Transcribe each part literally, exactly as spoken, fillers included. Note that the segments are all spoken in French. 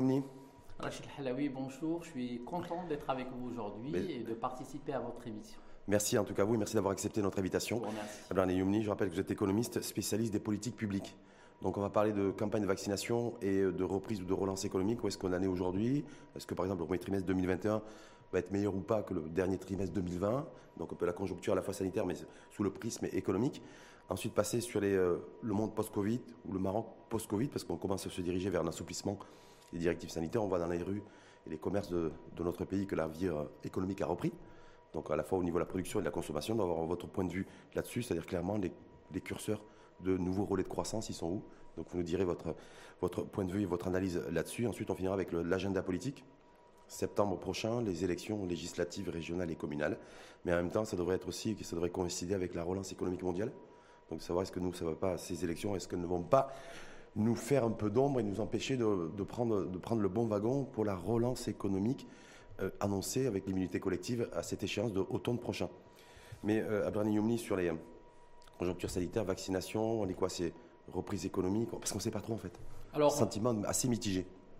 Youmni. Rachid Halawi, bonjour. Je suis content d'être avec vous aujourd'hui Mais... et de participer à votre émission. Merci en tout cas à vous et merci d'avoir accepté notre invitation. Abrani Youmni, je rappelle que vous êtes économiste spécialiste des politiques publiques. Donc on va parler de campagne de vaccination et de reprise ou de relance économique. Où est-ce qu'on en est aujourd'hui? Est-ce que par exemple le premier trimestre deux mille vingt et un va être meilleur ou pas que le dernier trimestre deux mille vingt? Donc un peu la conjoncture à la fois sanitaire mais sous le prisme économique. Ensuite passer sur les, euh, le monde post-Covid ou le Maroc post-Covid parce qu'on commence à se diriger vers un assouplissement des directives sanitaires. On voit dans les rues et les commerces de, de notre pays que la vie euh, économique a repris. Donc à la fois au niveau de la production et de la consommation, d'avoir votre point de vue là-dessus, c'est-à-dire clairement les, les curseurs de nouveaux relais de croissance, ils sont où? Donc vous nous direz votre, votre point de vue et votre analyse là-dessus. Ensuite on finira avec le, l'agenda politique. Septembre prochain, les élections législatives, régionales et communales. Mais en même temps, ça devrait être aussi, ça devrait coïncider avec la relance économique mondiale. Donc savoir est-ce que nous, ça ne va pas, ces élections, est-ce qu'elles ne vont pas nous faire un peu d'ombre et nous empêcher de, de, prendre, de prendre le bon wagon pour la relance économique euh, annoncée avec l'immunité collective à cette échéance de automne prochain. Mais euh, Abrani Youmni, sur les conjonctures sanitaires, vaccination, on est quoi? C'est reprise économique? Parce qu'on ne sait pas trop en fait. Alors, sentiment assez mitigé.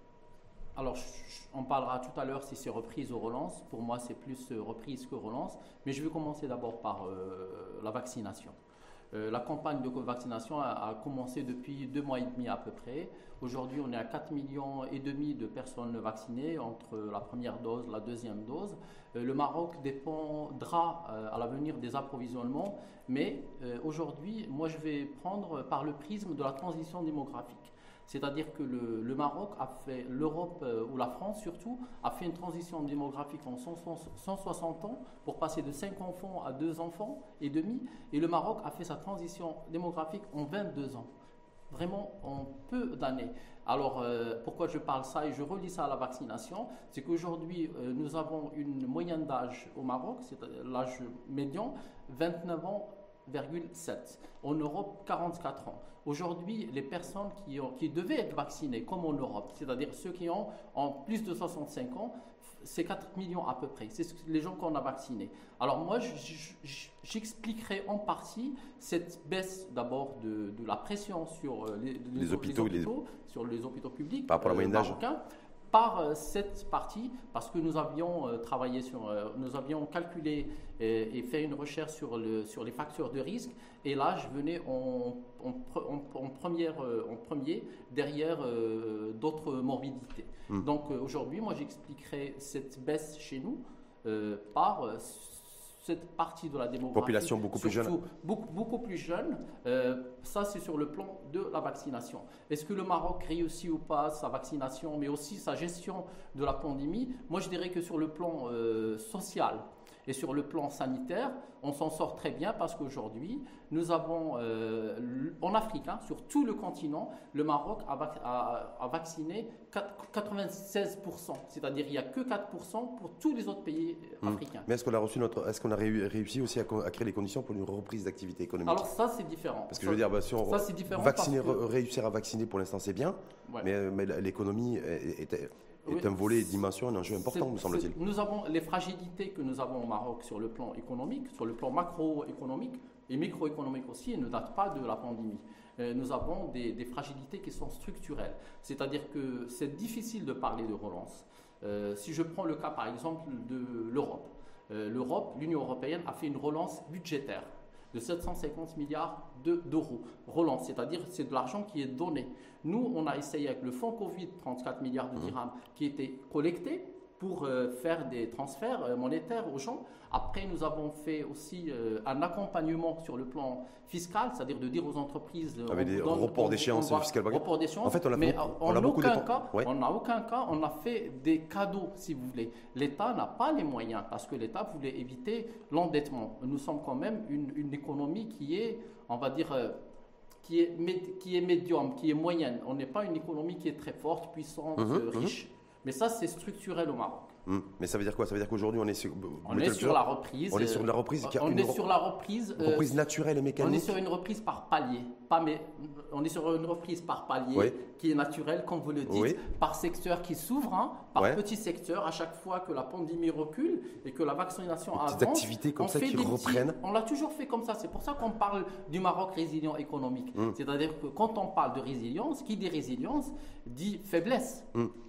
Alors, on parlera tout à l'heure si c'est reprise ou relance. Pour moi, c'est plus reprise que relance. Mais je vais commencer d'abord par euh, la vaccination. Euh, la campagne de vaccination a, a commencé depuis deux mois et demi à peu près. Aujourd'hui, on est à quatre millions et demi de personnes vaccinées entre la première dose et la deuxième dose. Euh, le Maroc dépendra euh, à l'avenir des approvisionnements. Mais euh, aujourd'hui, moi, je vais prendre par le prisme de la transition démographique. C'est-à-dire que le, le Maroc a fait, l'Europe euh, ou la France surtout, a fait une transition démographique en cent soixante ans pour passer de cinq enfants à deux enfants et demi. Et le Maroc a fait sa transition démographique en vingt-deux ans. Vraiment en peu d'années. Alors, euh, pourquoi je parle ça et je relie ça à la vaccination? C'est qu'aujourd'hui, euh, nous avons une moyenne d'âge au Maroc, c'est l'âge médian, vingt-neuf ans. sept. En Europe, quarante-quatre ans. Aujourd'hui, les personnes qui, ont, qui devaient être vaccinées, comme en Europe, c'est-à-dire ceux qui ont en plus de soixante-cinq ans, c'est quatre millions à peu près. C'est les gens qu'on a vaccinés. Alors moi, j'expliquerai en partie cette baisse d'abord de, de la pression sur les, les, les, hôpitaux, les hôpitaux, les... sur les hôpitaux publics par rapport à la moyenne d'âge. Par euh, cette partie, parce que nous avions euh, travaillé sur, euh, nous avions calculé et, et fait une recherche sur, le, sur les facteurs de risque, et là je venais en, en, en, en, première, euh, en premier derrière euh, d'autres morbidités. Mmh. Donc euh, aujourd'hui, moi j'expliquerai cette baisse chez nous euh, par euh, cette partie de la démographie. Population beaucoup plus jeune. Beaucoup, beaucoup plus jeune. Euh, ça, c'est sur le plan de la vaccination. Est-ce que le Maroc réussit ou pas sa vaccination, mais aussi sa gestion de la pandémie? Moi, je dirais que sur le plan euh, social et sur le plan sanitaire, on s'en sort très bien parce qu'aujourd'hui, nous avons, euh, en Afrique, hein, sur tout le continent, le Maroc a, vac a, a vacciné quatre-vingt-seize pour cent. C'est-à-dire qu'il n'y a que quatre pour cent pour tous les autres pays mmh. africains. Mais est-ce qu'on a reçu notre, est-ce qu'on a réussi aussi à, à créer les conditions pour une reprise d'activité économique? Alors ça, c'est différent. Parce que ça, je veux dire, bah, si on ça, c'est différent vacciner, que... réussir à vacciner pour l'instant, c'est bien, ouais. mais, mais l'économie est, est, est oui, un volet dimension, un enjeu important, me semble-t-il. Nous avons les fragilités que nous avons au Maroc sur le plan économique, sur le plan macroéconomique et microéconomique aussi, et ne datent pas de la pandémie. Euh, nous avons des, des fragilités qui sont structurelles. C'est-à-dire que c'est difficile de parler de relance. Euh, si je prends le cas, par exemple, de l'Europe. Euh, L'Europe, l'Union européenne a fait une relance budgétaire de sept cent cinquante milliards d'euros. Relance, c'est-à-dire c'est de l'argent qui est donné. Nous, on a essayé avec le fonds Covid, trente-quatre milliards de dirhams, qui étaient collectés pour euh, faire des transferts euh, monétaires aux gens. Après, nous avons fait aussi euh, un accompagnement sur le plan fiscal, c'est-à-dire de dire aux entreprises… Avec des reports d'échéance fiscale. Report d'échéance. En fait, on a, mais fait, on on a beaucoup de cas, ouais. On n'a aucun cas, on a fait des cadeaux, si vous voulez. L'État n'a pas les moyens, parce que l'État voulait éviter l'endettement. Nous sommes quand même une, une économie qui est, on va dire… Euh, Qui est, qui est médium, qui est moyenne. On n'est pas une économie qui est très forte, puissante, mmh, riche. Mmh. Mais ça, c'est structurel au Maroc. Mmh. Mais ça veut dire quoi? Ça veut dire qu'aujourd'hui, on est sur, on est sur la reprise. On est sur la reprise. On est sur la reprise. Une reprise euh, naturelle et mécanique. On est sur une reprise par palier. Pas mais, on est sur une reprise par palier oui. qui est naturelle, comme vous le dites, oui. par secteur qui s'ouvre, hein, par ouais. petits secteurs. À chaque fois que la pandémie recule et que la vaccination des avance, petites activités comme ça qui reprennent. Petits, on l'a toujours fait comme ça. C'est pour ça qu'on parle du Maroc résilient économique. Mmh. C'est-à-dire que quand on parle de résilience, qui dit résilience dit faiblesse. Mmh.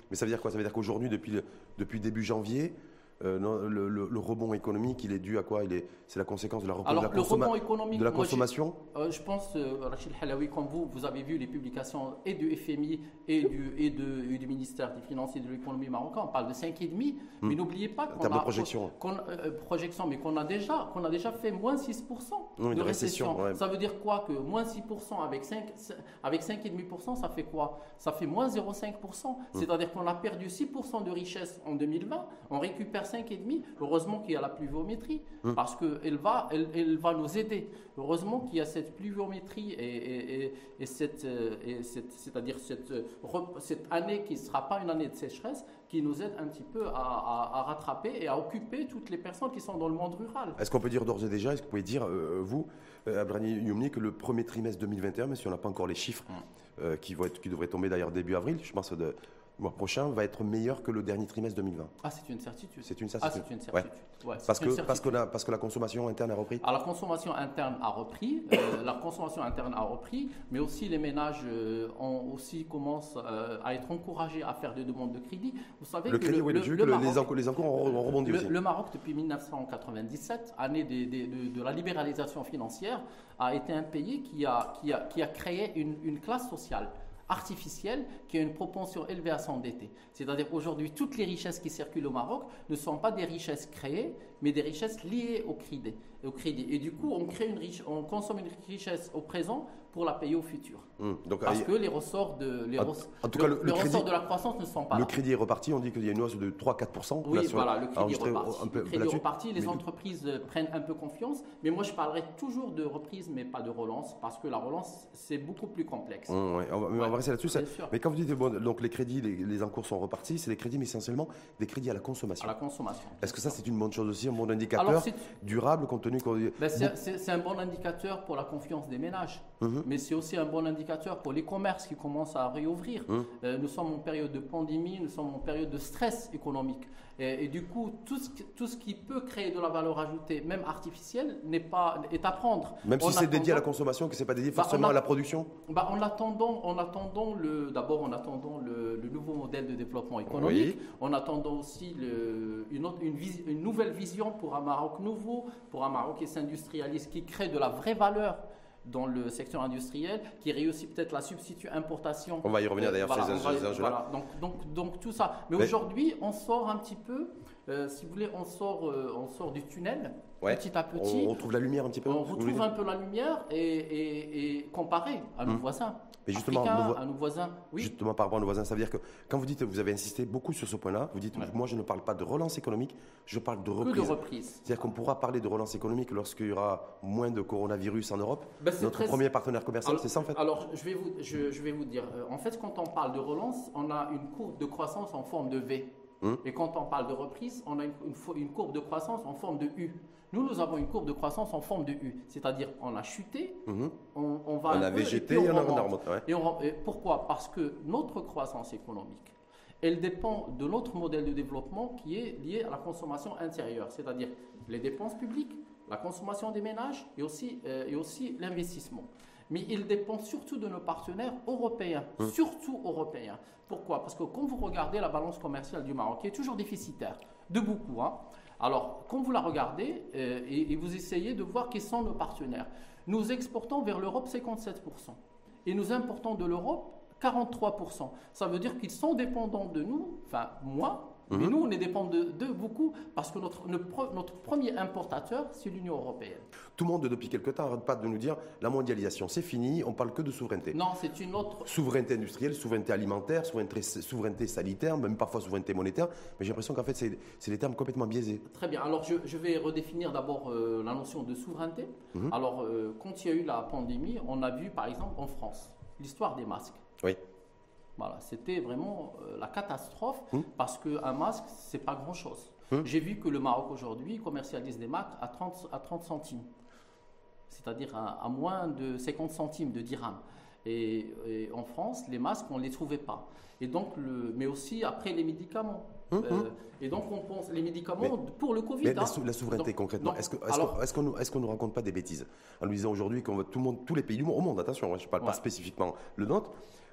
Mais ça veut dire quoi? Ça veut dire qu'aujourd'hui, depuis, le- depuis début janvier, euh, non, le, le- le rebond économique, il est dû à quoi? Il est, c'est la conséquence de la, reprise Alors, de la, le consomma- rebond économique, de la moi, j'ai- consommation. Euh, je pense, euh, Rachid Halawi, comme vous, vous avez vu les publications et du F M I et du, et de- et du ministère des Finances et de l'économie marocain. On parle de cinq virgule cinq, mais n'oubliez pas qu'on termes a de projection. qu'on- euh, projection, mais qu'on a déjà, qu'on a déjà fait moins six pour cent Oui, de de récession, récession. ouais. Ça veut dire quoi? Que moins six pour cent avec cinq, avec cinq virgule cinq pour cent, ça fait quoi? Ça fait moins zéro virgule cinq pour cent. C'est-à-dire qu'on a perdu six pour cent de richesse en deux mille vingt, on récupère cinq virgule cinq. Heureusement qu'il y a la pluviométrie, parce qu'elle va, elle, elle va nous aider. Heureusement qu'il y a cette pluviométrie et, et, et, et cette, euh, et cette, c'est-à-dire cette, euh, rep- cette année qui ne sera pas une année de sécheresse, qui nous aide un petit peu à, à- à rattraper et à occuper toutes les personnes qui sont dans le monde rural. Est-ce qu'on peut dire d'ores et déjà, est-ce que vous pouvez dire, euh, vous, euh, Abrani Youmni, que le premier trimestre deux mille vingt et un, même si on n'a pas encore les chiffres euh, qui, vont être, qui devraient tomber d'ailleurs début avril, je pense de le mois prochain, va être meilleur que le dernier trimestre deux mille vingt? Ah, c'est une certitude. C'est une Ah, certitude. c'est une Ouais. certitude. Ouais, c'est Parce, une que, certitude. parce, que la, parce que la consommation interne a repris? Alors, la consommation interne a repris, euh, la consommation interne a repris, mais aussi les ménages euh, ont aussi commencent euh, à être encouragés à faire des demandes de crédit. Vous savez Le que crédit, le, oui, le- j'ai vu le que le- Maroc- les, encours, les encours ont, ont rebondi le, aussi. le Maroc, depuis mille neuf cent quatre-vingt-dix-sept, année des- des- de, de la libéralisation financière, a été un pays qui a, qui a, qui a créé une, une classe sociale artificielle qui a une propension élevée à s'endetter. C'est-à-dire aujourd'hui, toutes les richesses qui circulent au Maroc ne sont pas des richesses créées, mais des richesses liées au crédit. Au crédit. Et du coup, on, crée une riche- on consomme une richesse au présent pour la payer au futur. Hum, Donc, Parce euh, que les ressorts de, les En- res- en tout cas, le- le- le les crédit- ressorts de la croissance ne sont pas le là. crédit est reparti, on dit qu'il y a une hausse de trois à quatre pour cent. Oui, là, sur- voilà, le crédit enregistré reparti. un peu- Le crédit là-dessus. reparti, les Mais- entreprises euh, prennent un peu confiance, mais moi je parlerai toujours de reprise, mais pas de relance, parce que la relance, c'est beaucoup plus complexe. Hum, ouais, on, va, mais on va Ouais, rester là-dessus. ça- bien sûr. Mais quand vous dites bon, donc les crédits, les, les encours sont repartis, c'est des crédits, mais essentiellement des crédits à la À consommation. la consommation. Est-ce que ça, c'est une bonne chose aussi, un bon indicateur Alors, c'est- durable, compte tenu qu'on dit. Ben, c'est c'est- c'est un bon indicateur pour la confiance des ménages, Mhm. mais c'est aussi un bon indicateur pour les commerces qui commencent à réouvrir. Mhm. Euh, nous sommes en période de pandémie, nous sommes en période de stress économique. Et, et du coup, tout ce, qui- tout ce qui peut créer de la valeur ajoutée, même artificielle, n'est pas, est à prendre. Même si En c'est dédié à la attendant- consommation, que c'est pas dédié Bah, forcément on a- à la production. Bah, en attendant, en attendant le, d'abord en attendant le, le nouveau modèle de développement économique, Oui. en attendant aussi le- une, autre- une, vis- une nouvelle vision pour un Maroc nouveau, pour un Maroc qui s'industrialise, qui crée de la vraie valeur dans le secteur industriel, qui réussit peut-être la substitut importation. On va y revenir d'ailleurs Euh, sur voilà, ces on va y- ces enjeux-là. voilà. donc, donc, donc tout ça. Mais, Mais- aujourd'hui, on sort un petit peu, euh, si vous voulez, on sort, euh, on sort du tunnel, Ouais. petit à petit. On retrouve la lumière un petit peu. On vous retrouve voulez un peu la lumière et, et, et comparé à nos Hum. voisins. Mais justement, africains, nos vo- à nos voisins. Oui. Justement, par rapport à nos voisins, ça veut dire que quand vous dites, vous avez insisté beaucoup sur ce point-là, vous dites, Ouais. moi je ne parle pas de relance économique, je parle de Que reprise. de reprise. C'est-à-dire qu'on pourra parler de relance économique lorsqu'il y aura moins de coronavirus en Europe. Ben, c'est Notre très- premier partenaire commercial, Alors- c'est ça en fait. Alors, je vais vous, je, je vais vous dire. euh, en fait, quand on parle de relance, on a une courbe de croissance en forme de V. Hum. Et quand on parle de reprise, on a une, une fo- une courbe de croissance en forme de U. Nous, nous avons une courbe de croissance en forme de U. C'est-à-dire, on a chuté, Mhm. on, on va On un a peu, végété et puis et on a- on a remonte. remonté, ouais. Et on rem- et pourquoi? Parce que notre croissance économique, elle dépend de notre modèle de développement qui est lié à la consommation intérieure, c'est-à-dire les dépenses publiques, la consommation des ménages et aussi, euh, et aussi l'investissement. Mais il dépend surtout de nos partenaires européens, Hum. surtout européens. Pourquoi? Parce que quand vous regardez la balance commerciale du Maroc, qui est toujours déficitaire, de beaucoup, hein. Alors, quand vous la regardez euh, et, et vous essayez de voir qui sont nos partenaires, nous exportons vers l'Europe cinquante-sept pour cent et nous importons de l'Europe quarante-trois pour cent. Ça veut dire qu'ils sont dépendants de nous, enfin moi, mais Mhm. nous on est dépendants de, d'eux beaucoup parce que notre, notre, notre premier importateur, c'est l'Union européenne. Tout le monde, depuis quelque temps, n'arrête pas de nous dire la mondialisation, c'est fini, on parle que de souveraineté. Non, c'est une autre... Souveraineté industrielle, souveraineté alimentaire, souveraineté, souveraineté sanitaire, même parfois souveraineté monétaire. Mais j'ai l'impression qu'en fait, c'est c'est des termes complètement biaisés. Très bien. Alors, je, je vais redéfinir d'abord euh, la notion de souveraineté. Mhm. Alors, euh, quand il y a eu la pandémie, on a vu, par exemple, en France, l'histoire des masques. Oui. Voilà, c'était vraiment euh, la catastrophe Mhm. parce qu'un masque, c'est pas grand-chose. Mhm. J'ai vu que le Maroc aujourd'hui commercialise des masques à trente, à trente centimes, c'est-à-dire à, à moins de cinquante centimes de dirham. Et, et en France, les masques, on ne les trouvait pas. Et donc, le, mais aussi après les médicaments. Mhm. Euh, et donc, on pense les médicaments Mais- pour le Covid. Mais la, hein. sou- la souveraineté, Donc- concrètement, donc, est-ce qu'on est alors- est qu'on nous, est-ce qu'on nous raconte pas des bêtises en nous disant aujourd'hui qu'on va tout le monde, tous les pays du monde, au monde, attention, hein, je ne parle pas Ouais. spécifiquement le nôtre,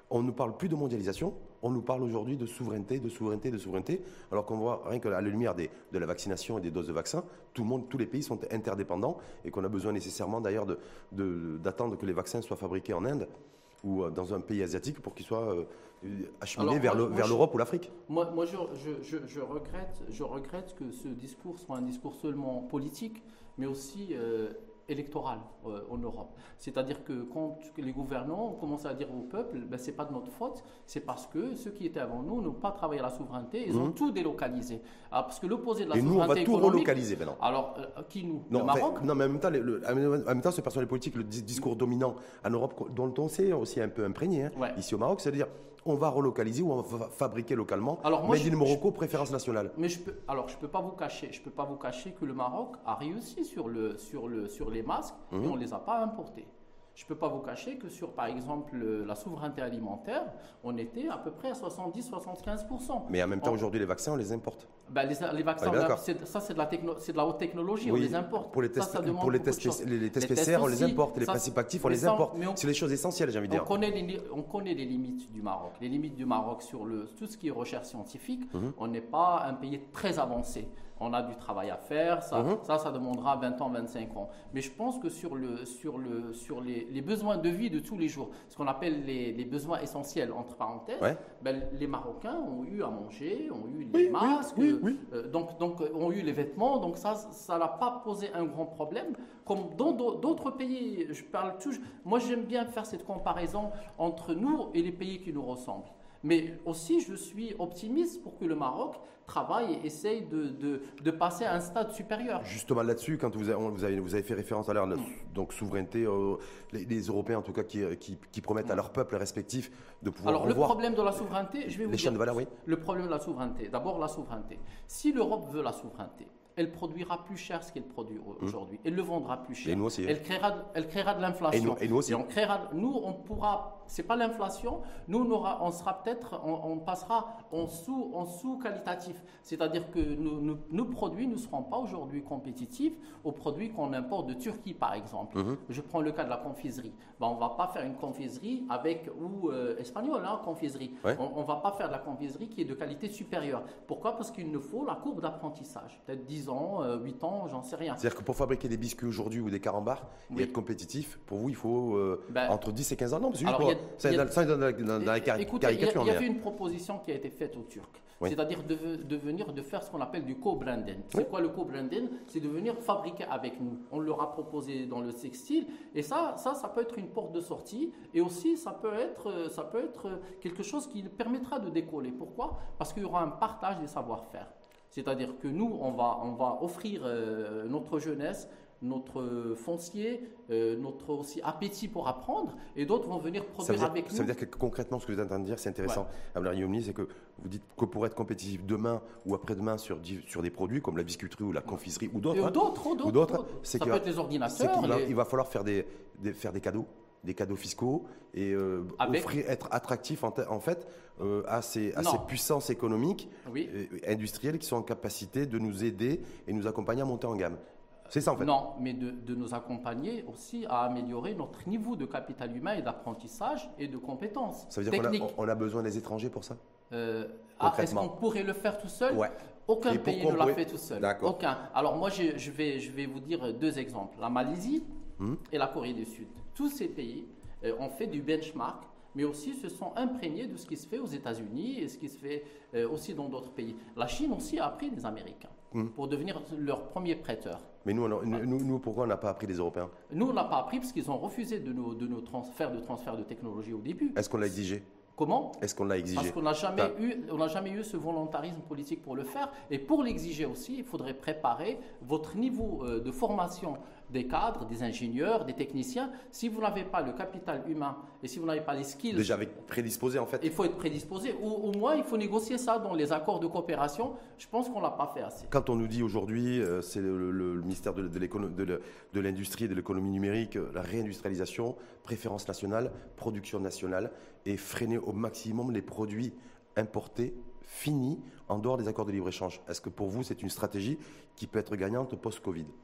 On ne parle plus de mondialisation, on nous parle aujourd'hui de souveraineté, de souveraineté, de souveraineté, alors qu'on voit rien qu'à la lumière des, de la vaccination et des doses de vaccins, tout le monde, tous les pays sont interdépendants et qu'on a besoin nécessairement d'ailleurs de, de, d'attendre que les vaccins soient fabriqués en Inde ou dans un pays asiatique pour qu'ils soient euh, acheminés vers, le, vers l'Europe ou l'Afrique. Moi, moi je, je, je, je, regrette, je regrette que ce discours soit un discours seulement politique, mais aussi euh, électoral euh, en Europe. C'est-à-dire que quand les gouvernants ont commencé à dire au peuple, ben, ce n'est pas de notre faute, c'est parce que ceux qui étaient avant nous n'ont pas travaillé à la souveraineté, ils mmh. ont tout délocalisé. Alors, parce que l'opposé de la Et souveraineté économique... Et nous, on va tout relocaliser maintenant. Alors, euh, qui nous non, Le Maroc fait, Non, mais en même temps, le, le, en même temps ce personnel politique, le discours dominant en Europe, dont on s'est aussi un peu imprégné, hein, ouais. ici au Maroc, c'est-à-dire on va relocaliser ou on va fabriquer localement. Alors moi, Made in Morocco, préférence nationale. Mais je peux, alors je peux pas vous cacher, je peux pas vous cacher que le Maroc a réussi sur le sur le sur les masques mmh. et on les a pas importés. Je ne peux pas vous cacher que sur, par exemple, la souveraineté alimentaire, on était à peu près à soixante-dix à soixante-quinze pour cent. Mais en même temps, on... aujourd'hui, les vaccins, on les importe. Ben, les, les vaccins, ben, c'est, ça, c'est de, la techno, c'est de la haute technologie, oui. on les importe. Pour les tests, ça, ça pour les tests, les, les tests P C R, on les importe. Et les ça, principes actifs, on les importe. On, c'est les choses essentielles, j'ai envie de dire. On connaît, les, on connaît les limites du Maroc. Les limites du Maroc sur le, tout ce qui est recherche scientifique, mm-hmm. on n'est pas un pays très avancé. On a du travail à faire, ça, mmh. ça, ça demandera vingt ans, vingt-cinq ans. Mais je pense que sur, le, sur, le, sur les, les besoins de vie de tous les jours, ce qu'on appelle les, les besoins essentiels, entre parenthèses, ouais. ben, les Marocains ont eu à manger, ont eu les oui, masques, oui, oui, oui. Euh, donc, donc ont eu les vêtements, donc ça, ça n'a pas posé un grand problème. Comme dans d'autres pays, je parle toujours, moi j'aime bien faire cette comparaison entre nous et les pays qui nous ressemblent. Mais aussi, je suis optimiste pour que le Maroc travaille et essaye de, de, de passer à un stade supérieur. Justement là-dessus, quand vous avez, vous avez, vous avez fait référence à l'heure, mmh. donc souveraineté, euh, les, les Européens en tout cas qui, qui, qui promettent mmh. à leurs peuples respectifs de pouvoir Alors revoir le problème de la souveraineté, je vais vous les dire, chaînes de valeur, oui. Le problème de la souveraineté, d'abord la souveraineté. Si l'Europe veut la souveraineté, elle produira plus cher ce qu'elle produit aujourd'hui. Mmh. Elle le vendra plus cher. Et nous aussi. Elle créera, elle créera de l'inflation. Et nous, et nous aussi. Et on créera, nous, on pourra, c'est pas l'inflation, nous, on, aura, on sera peut-être, on, on passera en sous, en sous qualitatif. C'est-à-dire que nos, nos, nos produits ne seront pas aujourd'hui compétitifs aux produits qu'on importe de Turquie, par exemple. Mmh. Je prends le cas de la confiserie. Ben, on ne va pas faire une confiserie avec, ou euh, espagnole, hein, confiserie. Ouais. On ne va pas faire de la confiserie qui est de qualité supérieure. Pourquoi? Parce qu'il nous faut la courbe d'apprentissage. Peut-être dix ans, huit ans, j'en sais rien. C'est-à-dire que pour fabriquer des biscuits aujourd'hui ou des carambars oui. et être compétitif, pour vous, il faut euh, ben, entre dix et quinze ans. Non, c'est juste pour, a, ça, a, ça dans, la, dans la écoutez, caricature. Il y, y avait une proposition qui a été faite aux Turcs. Oui. C'est-à-dire de, de venir de faire ce qu'on appelle du co-branding. C'est oui. quoi le co-branding? C'est de venir fabriquer avec nous. On leur a proposé dans le textile et ça, ça, ça peut être une porte de sortie et aussi ça peut être, ça peut être quelque chose qui permettra de décoller. Pourquoi? Parce qu'il y aura un partage des savoir-faire. C'est-à-dire que nous, on va, on va offrir euh, notre jeunesse, notre foncier, euh, notre aussi appétit pour apprendre, et d'autres vont venir produire dire, avec ça nous. Ça veut dire que concrètement, ce que vous êtes en train de dire, c'est intéressant. Ouais. Abdelhari Youmni, c'est que vous dites que pour être compétitif demain ou après-demain sur, sur des produits comme la biscuiterie ou la confiserie ou d'autres, ou d'autres, hein, ou d'autres, c'est ça peut être les ordinateurs. Il va, les... il va falloir faire des, des, faire des cadeaux. des cadeaux fiscaux et euh, offrir, être attractif en, en fait euh, à, ces, à ces puissances économiques, oui. et industrielles qui sont en capacité de nous aider et nous accompagner à monter en gamme. C'est ça en fait. Non, mais de, de nous accompagner aussi à améliorer notre niveau de capital humain et d'apprentissage et de compétences. Ça veut dire qu'on a, on a besoin des étrangers pour ça euh, ah, Est-ce qu'on pourrait le faire tout seul? Ouais. Aucun et pays ne l'a pourrait... fait tout seul. D'accord. Aucun. Alors moi, je, je, vais, je vais vous dire deux exemples. La Malaisie hum. et la Corée du Sud. Tous ces pays euh, ont fait du benchmark, mais aussi se sont imprégnés de ce qui se fait aux États-Unis et ce qui se fait euh, aussi dans d'autres pays. La Chine aussi a appris des Américains hum. pour devenir leur premier prêteur. Mais nous, alors, ouais. nous, nous, pourquoi on n'a pas appris les Européens? Nous, on n'a pas appris parce qu'ils ont refusé de nos, de nos transferts de transfert de technologie au début. Est-ce qu'on l'a exigé? Comment? Est-ce qu'on l'a exigé? Parce qu'on n'a jamais, ah. eu, on n'a jamais eu ce volontarisme politique pour le faire. Et pour l'exiger aussi, il faudrait préparer votre niveau euh, de formation des cadres, des ingénieurs, des techniciens. Si vous n'avez pas le capital humain et si vous n'avez pas les skills... Déjà avec prédisposé en fait. Il faut être prédisposé. Ou au moins, il faut négocier ça dans les accords de coopération. Je pense qu'on ne l'a pas fait assez. Quand on nous dit aujourd'hui, euh, c'est le, le, le ministère de, de, de l'Industrie et de l'économie numérique, la réindustrialisation, préférence nationale, production nationale et freiner au maximum les produits importés, finis, en dehors des accords de libre-échange. Est-ce que pour vous, c'est une stratégie qui peut être gagnante post-Covid ?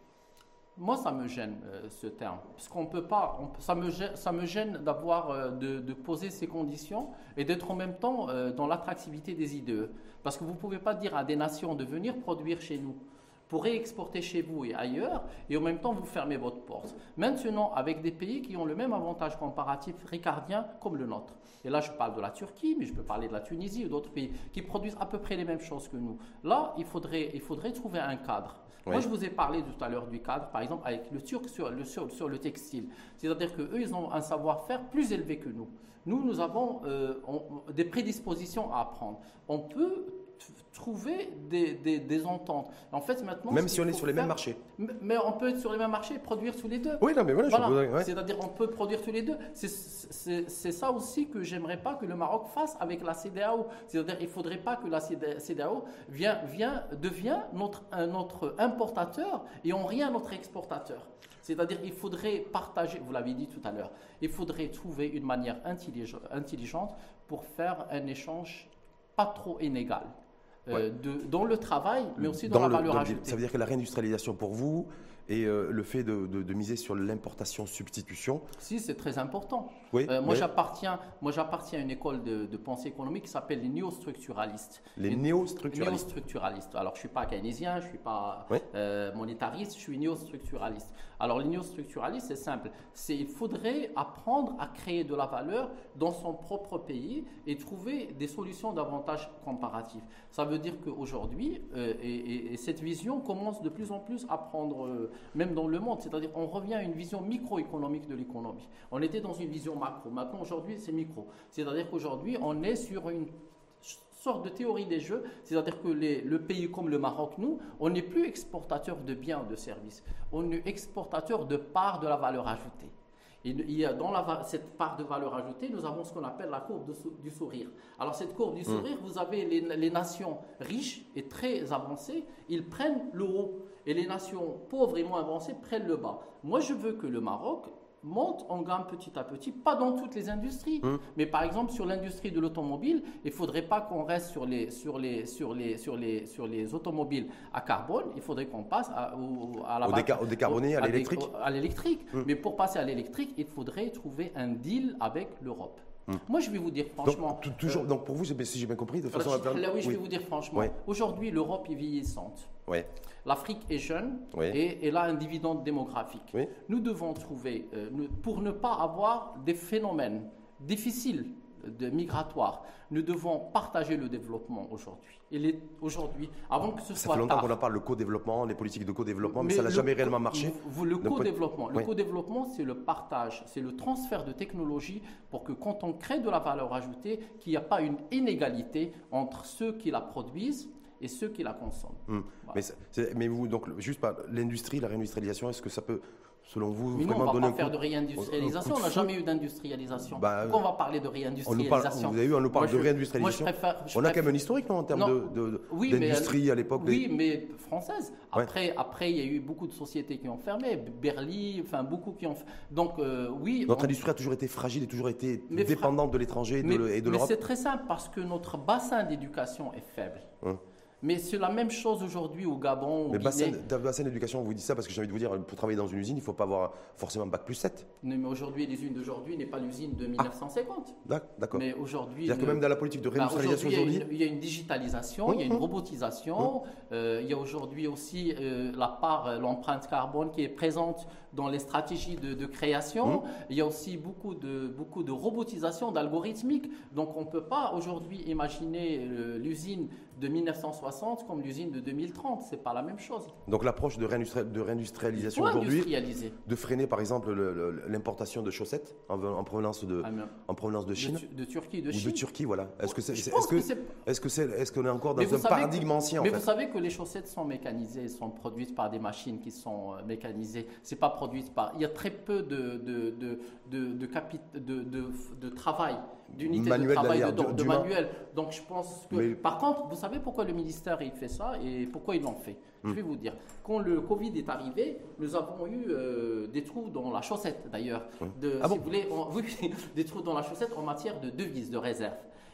Moi, ça me gêne euh, ce terme, parce qu'on peut pas. On, ça me gêne, ça me gêne d'avoir euh, de, de poser ces conditions et d'être en même temps euh, dans l'attractivité des I D E, parce que vous pouvez pas dire à des nations de venir produire chez nous pour réexporter chez vous et ailleurs, et en même temps vous fermez votre porte. Maintenant, avec des pays qui ont le même avantage comparatif ricardien comme le nôtre. Et là, je parle de la Turquie, mais je peux parler de la Tunisie ou d'autres pays qui produisent à peu près les mêmes choses que nous. Là, il faudrait, il faudrait trouver un cadre. Oui. Moi, je vous ai parlé tout à l'heure du cadre, par exemple, avec le Turc sur le, sur, sur le textile. C'est-à-dire qu'eux, ils ont un savoir-faire plus élevé que nous. Nous, nous avons euh, on, des prédispositions à apprendre. On peut trouver des, des, des ententes. En fait, maintenant, même si on est sur les faire, mêmes marchés. Mais on peut être sur les mêmes marchés et produire tous les deux. Oui, non, mais voilà. voilà. Je ouais. C'est-à-dire on peut produire tous les deux. C'est ça aussi que j'aimerais pas que le Maroc fasse avec la C D A O. C'est-à-dire il ne faudrait pas que la C D A O vient, vient, devienne notre, notre importateur et en rien notre exportateur. C'est-à-dire il faudrait partager, vous l'avez dit tout à l'heure, il faudrait trouver une manière intelligente pour faire un échange pas trop inégal. Euh, ouais. de, dans le travail, mais aussi dans, dans la le, valeur ajoutée. Ça veut dire que la réindustrialisation pour vous et euh, le fait de, de, de miser sur l'importation-substitution. Si, c'est très important. Oui, euh, moi, oui. j'appartiens, moi, j'appartiens à une école de, de pensée économique qui s'appelle les néostructuralistes. Les néostructuralistes. Néostructuralistes. Alors, je ne suis pas keynésien, je ne suis pas oui. euh, monétariste, je suis néostructuraliste. Alors, les néostructuralistes, c'est simple. Il faudrait apprendre à créer de la valeur dans son propre pays et trouver des solutions davantage comparatives. Ça veut dire qu'aujourd'hui, euh, et, et, et cette vision commence de plus en plus à prendre, euh, même dans le monde, c'est-à-dire on revient à une vision microéconomique de l'économie. On était dans une vision macro, maintenant aujourd'hui c'est micro. C'est-à-dire qu'aujourd'hui on est sur une sorte de théorie des jeux, c'est-à-dire que les, le pays comme le Maroc, nous, on n'est plus exportateur de biens ou de services, on est exportateur de parts de la valeur ajoutée. Et il y a dans la, cette part de valeur ajoutée, nous avons ce qu'on appelle la courbe de, du sourire. Alors cette courbe du sourire, mmh. vous avez les, les nations riches et très avancées, ils prennent le haut. Et les nations pauvres et moins avancées prennent le bas. Moi, je veux que le Maroc monte en gamme petit à petit, pas dans toutes les industries, mmh. mais par exemple sur l'industrie de l'automobile, il ne faudrait pas qu'on reste sur les, sur, les, sur, les, sur, les, sur les automobiles à carbone, il faudrait qu'on passe à, au, à la au, déca au décarboné, au, à l'électrique. À l'électrique, mmh. mais pour passer à l'électrique, il faudrait trouver un deal avec l'Europe. Mmh. Moi, je vais vous dire franchement. Donc, toujours, euh, donc pour vous, si j'ai bien compris, de façon. Alors, là, oui, je oui. vais vous dire franchement. Ouais. Aujourd'hui, l'Europe est vieillissante. Ouais. L'Afrique est jeune oui. et elle a un dividende démographique. Oui. Nous devons trouver, euh, pour ne pas avoir des phénomènes difficiles de migratoires, nous devons partager le développement aujourd'hui. Et aujourd'hui, avant que ce ça soit fait longtemps tard. qu'on en parle, le co-développement, les politiques de co-développement, mais, mais ça n'a jamais réellement marché. Vous, le co-développement, le oui. co-développement, c'est le partage, c'est le transfert de technologie pour que quand on crée de la valeur ajoutée, qu'il n'y a pas une inégalité entre ceux qui la produisent et ceux qui la consomment. Hum. Voilà. Mais, mais vous, donc, juste par l'industrie, la réindustrialisation, est-ce que ça peut, selon vous, mais vraiment non, on donner va pas faire coup, de réindustrialisation, on n'a jamais eu d'industrialisation. Bah, Pourquoi on va parler de réindustrialisation? Vous avez eu, on nous parle moi, de réindustrialisation. Moi, je préfère, je on a préfère... quand même un historique, non, en termes d'industrie oui, à l'époque. Oui, des... mais française. Après, ouais. après, il y a eu beaucoup de sociétés qui ont fermé, Berly, enfin beaucoup qui ont. Donc, euh, oui. Notre on... industrie a toujours été fragile et toujours été mais dépendante fra... de l'étranger et de l'Europe. Mais c'est très simple parce que notre bassin d'éducation est faible. Hum. Mais c'est la même chose aujourd'hui au Gabon, au Mais Guinée. bassin, bassin d'éducation, on vous dit ça parce que j'ai envie de vous dire, pour travailler dans une usine, il ne faut pas avoir forcément bac plus sept. Non, mais aujourd'hui, l'usine d'aujourd'hui n'est pas l'usine de mille neuf cent cinquante. Ah, d'accord. Mais aujourd'hui. C'est-à-dire que même dans la politique de réindustrialisation bah, aujourd'hui. Il y a une digitalisation, mmh, il y a une robotisation, mmh. euh, il y a aujourd'hui aussi euh, la part, l'empreinte carbone qui est présente dans les stratégies de, de création. Mmh. Il y a aussi beaucoup de, beaucoup de robotisation, d'algorithmique. Donc on ne peut pas aujourd'hui imaginer euh, l'usine de mille neuf cent soixante comme l'usine de deux mille trente. Ce n'est pas la même chose. Donc l'approche de, réindustri de réindustrialisation aujourd'hui, de freiner par exemple l'importation de chaussettes en, en, provenance de, ah, en provenance de Chine. De, de Turquie, de ou Chine. de Turquie, voilà. Est-ce que c'est, est, est-ce que, est-ce que c'est, est-ce qu'on est encore dans un paradigme que, ancien en Mais fait. Vous savez que les chaussettes sont mécanisées, sont produites par des machines qui sont mécanisées. C'est pas produite par. Il y a très peu de de de de de, capi... de, de, de travail, d'unités de travail, de, de, de manuel. Donc je pense que. Mais... Par contre, vous savez pourquoi le ministère il fait ça et pourquoi ils l'ont fait. Hum. Je vais vous dire. Quand le Covid est arrivé, nous avons eu euh, des trous dans la chaussette d'ailleurs. Hum. De, ah si bon vous voulez, on, oui, des trous dans la chaussette en matière de devises, de réserve.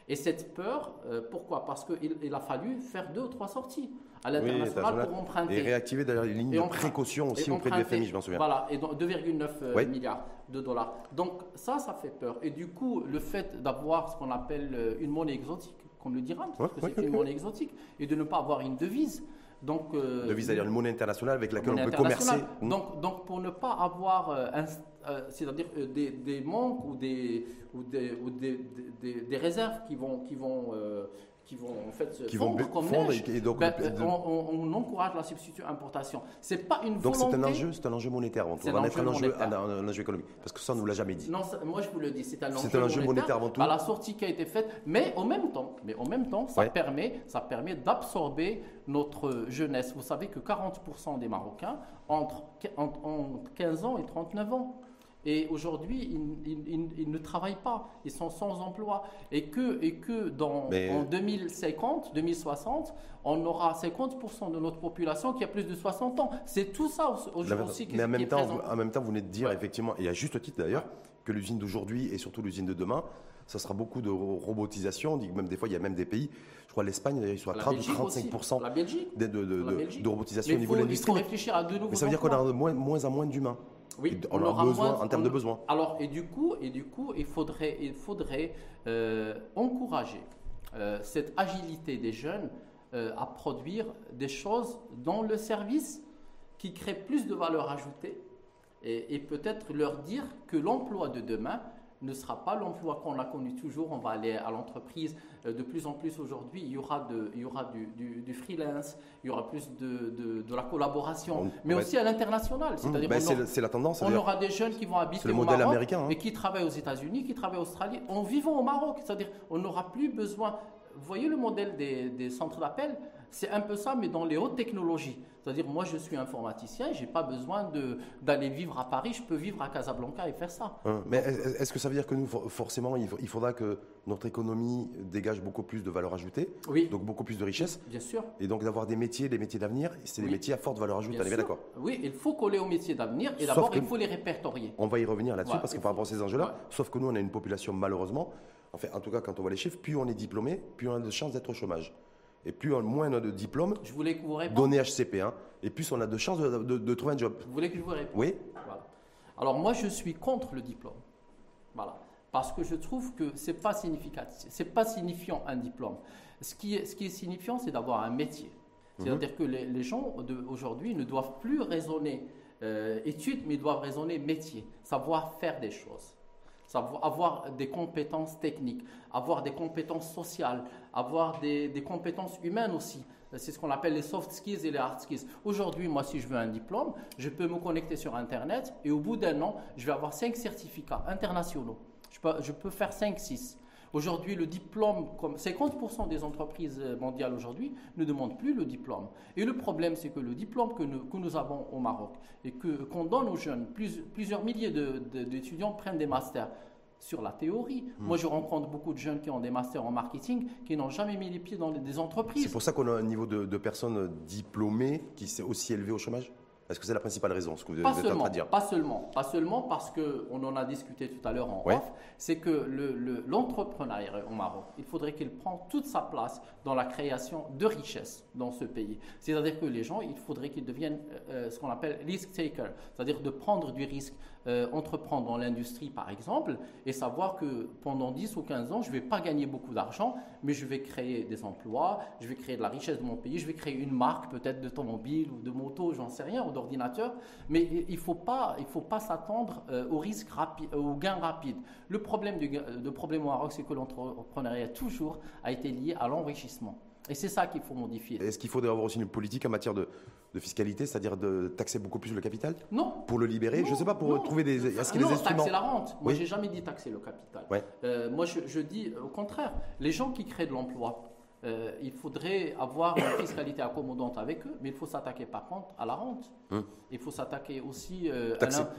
Et cette peur, euh, pourquoi? Parce qu'il il a fallu faire deux ou trois sorties à l'international oui, pour emprunter. Et réactiver d'ailleurs les lignes et de précaution aussi auprès du F M I, je m'en souviens. Voilà, et donc deux virgule neuf euh, oui. milliards de dollars. Donc ça, ça fait peur. Et du coup, le fait d'avoir ce qu'on appelle une monnaie exotique, comme le dirham, parce ouais, que ouais, c'est ouais, une ouais. monnaie exotique, et de ne pas avoir une devise. Donc, euh, devise, c'est-à-dire une monnaie internationale avec laquelle on peut commercer. Donc, donc, pour ne pas avoir, euh, euh, c'est-à-dire euh, des, des manques ou des, ou des, ou des, des, des réserves qui vont, qui vont, euh, qui vont en fait se qui fondre vont comme fondre neige, et donc ben, de... on, on, on encourage la substitution importation. C'est pas une donc volonté. c'est un enjeu, c'est un enjeu monétaire avant tout. C'est On va un mettre un enjeu enjeu, un, un enjeu économique, parce que ça on nous l'a jamais dit. Non, ça, moi je vous le dis, c'est un enjeu, c'est un enjeu monétaire, monétaire avant tout. À la sortie qui a été faite, mais en même temps, mais en même temps, ça ouais. permet, ça permet d'absorber notre jeunesse. Vous savez que quarante pour cent des Marocains entre, entre, entre quinze ans et trente-neuf ans. Et aujourd'hui, ils, ils, ils, ils ne travaillent pas, ils sont sans emploi. Et que, et que dans, mais... en deux mille cinquante, deux mille soixante, on aura cinquante pour cent de notre population qui a plus de soixante ans. C'est tout ça aujourd'hui. Mais en même, temps, vous, en même temps, vous venez de dire, ouais. effectivement, et à juste titre d'ailleurs, que l'usine d'aujourd'hui et surtout l'usine de demain, ça sera beaucoup de robotisation. On dit que même des fois, il y a même des pays, je crois l'Espagne, ils sont à trente ou trente-cinq pour cent la Belgique. de, de, de, de, de robotisation mais au niveau faut, de l'industrie. Il faut réfléchir à de nouveaux Mais ça veut dire qu'on a de moins, moins en moins d'humains. Oui, on, on aura besoin moins, en termes on, de besoins. Alors, et du coup, et du coup il faudrait, il faudrait euh, encourager euh, cette agilité des jeunes euh, à produire des choses dans le service qui créent plus de valeur ajoutée et, et peut-être leur dire que l'emploi de demain ne sera pas l'emploi qu'on a connu toujours. On va aller à l'entreprise. De plus en plus aujourd'hui, il y aura, de, il y aura du, du, du freelance, il y aura plus de, de, de la collaboration, on, mais aussi à l'international. C'est-à-dire ben c'est, c'est la tendance. On aura des jeunes qui vont habiter au Maroc américain, hein. et qui travaillent aux États-Unis, qui travaillent en Australie, en vivant au Maroc. C'est-à-dire on n'aura plus besoin. Vous voyez le modèle des, des centres d'appel? C'est un peu ça, mais dans les hautes technologies. C'est-à-dire, moi, je suis informaticien, je n'ai pas besoin de, d'aller vivre à Paris, je peux vivre à Casablanca et faire ça. Hum, mais est-ce que ça veut dire que nous, forcément, il faudra que notre économie dégage beaucoup plus de valeur ajoutée, oui. donc beaucoup plus de richesse? Bien sûr. Et donc d'avoir des métiers, des métiers d'avenir, c'est oui. des métiers à forte valeur ajoutée, on est bien d'accord? Oui, il faut coller aux métiers d'avenir et d'abord, il faut les répertorier. On va y revenir là-dessus, ouais, parce que par rapport à ces enjeux-là, ouais. sauf que nous, on a une population, malheureusement, en fait, en tout cas, quand on voit les chiffres, plus on est diplômé, plus on a de chances d'être au chômage. Et plus on, moins on a de diplômes, je voulais que vous répondiez. Donné H C P, hein, et plus on a de chances de, de, de trouver un job. Vous voulez que je vous réponde? Oui. Voilà. Alors moi, je suis contre le diplôme. Voilà. Parce que je trouve que ce n'est pas significatif, c'est pas signifiant un diplôme. Ce qui est, ce qui est signifiant, c'est d'avoir un métier. C'est-à-dire mm-hmm. que les, les gens aujourd'hui ne doivent plus raisonner euh, études, mais ils doivent raisonner métier, savoir faire des choses. Savoir, avoir des compétences techniques, avoir des compétences sociales, avoir des, des compétences humaines aussi. C'est ce qu'on appelle les soft skills et les hard skills. Aujourd'hui, moi, si je veux un diplôme, je peux me connecter sur Internet et au bout d'un an, je vais avoir cinq certificats internationaux. Je peux, je peux faire cinq, six. Aujourd'hui, le diplôme, comme cinquante pour cent des entreprises mondiales aujourd'hui ne demandent plus le diplôme. Et le problème, c'est que le diplôme que nous, que nous avons au Maroc et que, qu'on donne aux jeunes, plus, plusieurs milliers de, de, d'étudiants prennent des masters sur la théorie. Mmh. Moi, je rencontre beaucoup de jeunes qui ont des masters en marketing qui n'ont jamais mis les pieds dans les, des entreprises. C'est pour ça qu'on a un niveau de, de personnes diplômées qui s'est aussi élevé au chômage? Est-ce que c'est la principale raison, ce que vous pas êtes seulement, en train de dire? Pas seulement, pas seulement parce qu'on en a discuté tout à l'heure en ouais. off, c'est que le, le, l'entrepreneuriat au Maroc, il faudrait qu'il prenne toute sa place dans la création de richesses dans ce pays. C'est-à-dire que les gens, il faudrait qu'ils deviennent euh, ce qu'on appelle risk taker, c'est-à-dire de prendre du risque, euh, entreprendre dans l'industrie par exemple, et savoir que pendant dix ou quinze ans, je ne vais pas gagner beaucoup d'argent, mais je vais créer des emplois, je vais créer de la richesse de mon pays, je vais créer une marque peut-être d'automobile ou de moto, j'en sais rien, d'ordinateur, mais il ne faut pas, il faut pas s'attendre euh, au risque rapide, au gain rapide. Le problème, du, le problème au Maroc, c'est que l'entrepreneuriat toujours a été lié à l'enrichissement. Et c'est ça qu'il faut modifier. Est-ce qu'il faudrait avoir aussi une politique en matière de, de fiscalité, c'est-à-dire de taxer beaucoup plus le capital? Non. Pour le libérer? Non, Je ne sais pas, pour non. trouver des... Est-ce qu'il y a non, des instruments? taxer la rente. Moi, oui. je n'ai jamais dit taxer le capital. Ouais. Euh, moi, je, je dis au contraire, les gens qui créent de l'emploi, Euh, il faudrait avoir une fiscalité accommodante avec eux, mais il faut s'attaquer par contre à la rente. Hum. Il faut s'attaquer aussi euh,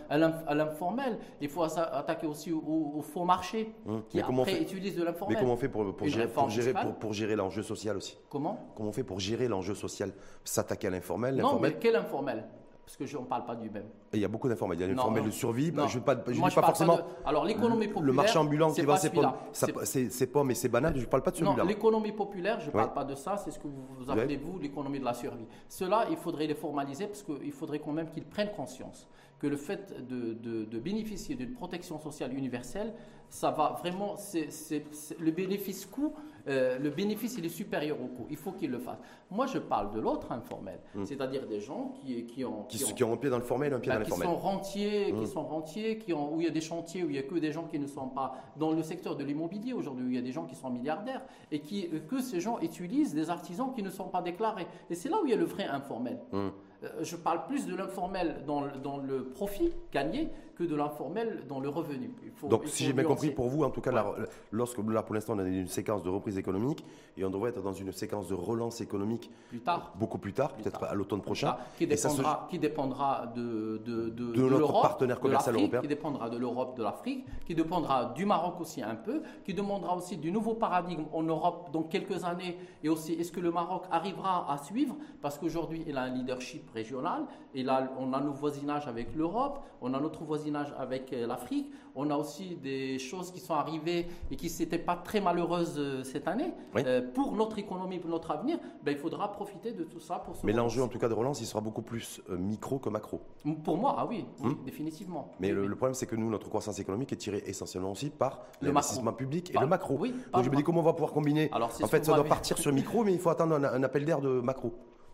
à l'informel. Il faut s'attaquer aussi au, au faux marché hum. qui après fait, utilisent de l'informel. Mais comment on fait pour, pour, gérer, pour, gérer, pour, pour gérer l'enjeu social aussi? Comment Comment on fait pour gérer l'enjeu social? S'attaquer à l'informel? Non, mais quel informel? Parce qu'on ne parle pas du même. Et il y a beaucoup d'informels. Il y a une Non, formelle non. de survie. Non. Je ne veux pas, je Moi, dis je pas parle forcément. pas de- Alors, l'économie populaire. Le marché ambulant c'est qui va pas ses pommes, celui-là. ça- c'est c'est pommes et c'est bananes. Je ne parle pas de celui-là. Non, l'économie populaire, je ne Ouais. parle pas de ça, c'est ce que vous, vous appelez, vous, l'économie de la survie. Cela, il faudrait les formaliser parce qu'il faudrait quand même qu'ils prennent conscience que le fait de, de- de bénéficier d'une protection sociale universelle, ça va vraiment, c'est, c'est- c'est- le bénéfice coût, euh, le bénéfice il est supérieur au coût. Il faut qu'ils le fassent. Moi, je parle de l'autre informel, Mm. c'est-à-dire des gens qui, qui ont, Qui, qui ont- qui ont un pied dans le formel et un pied bah, dans qui l'informel. sont rentiers, Mm. qui sont rentiers, qui ont, où il y a des chantiers, où il y a que des gens qui ne sont pas dans le secteur de l'immobilier aujourd'hui, où il y a des gens qui sont milliardaires et qui, que ces gens utilisent des artisans qui ne sont pas déclarés. Et c'est là où il y a le vrai informel. Mm. Euh, Je parle plus de l'informel dans, le- dans le profit gagné que de l'informel dans le revenu. Il faut- Donc, il si faut j'ai bien compris, nuancer. pour vous, en tout cas, Ouais. la- lorsque là, pour l'instant, on est dans une séquence de reprise économique et on devrait être dans une séquence de relance économique Plus tard. beaucoup plus tard, Plus peut-être tard. à l'automne prochain. Qui Et ça se- dépendra, qui dépendra de, de, de, De notre l'Europe, partenaire de commercial l'Afrique, européen. qui dépendra de l'Europe, de l'Afrique, qui dépendra du Maroc aussi un peu, qui demandera aussi du nouveau paradigme en Europe dans quelques années, et aussi est-ce que le Maroc arrivera à suivre, parce qu'aujourd'hui il a un leadership régional, il a, on a nos voisinages avec l'Europe, on a notre voisinage avec euh, l'Afrique, on a aussi des choses qui sont arrivées et qui n'étaient pas très malheureuses euh, cette année. Oui. Euh, pour notre économie, pour notre avenir, ben, il faudra profiter de tout ça pour se Mais l'enjeu, en relancer. tout cas, de relance, il sera beaucoup plus euh, micro que macro. Pour moi, ah oui, oui, Hmm. définitivement. Mais Oui, le, oui. le problème, c'est que nous, notre croissance économique est tirée essentiellement aussi par Le l'investissement macro. public et Par- le macro. oui, Donc par- je me dis comment on va pouvoir combiner. Alors, c'est En ce fait, que ça vous doit m'avez- partir sur micro, mais il faut attendre un, un appel d'air de macro.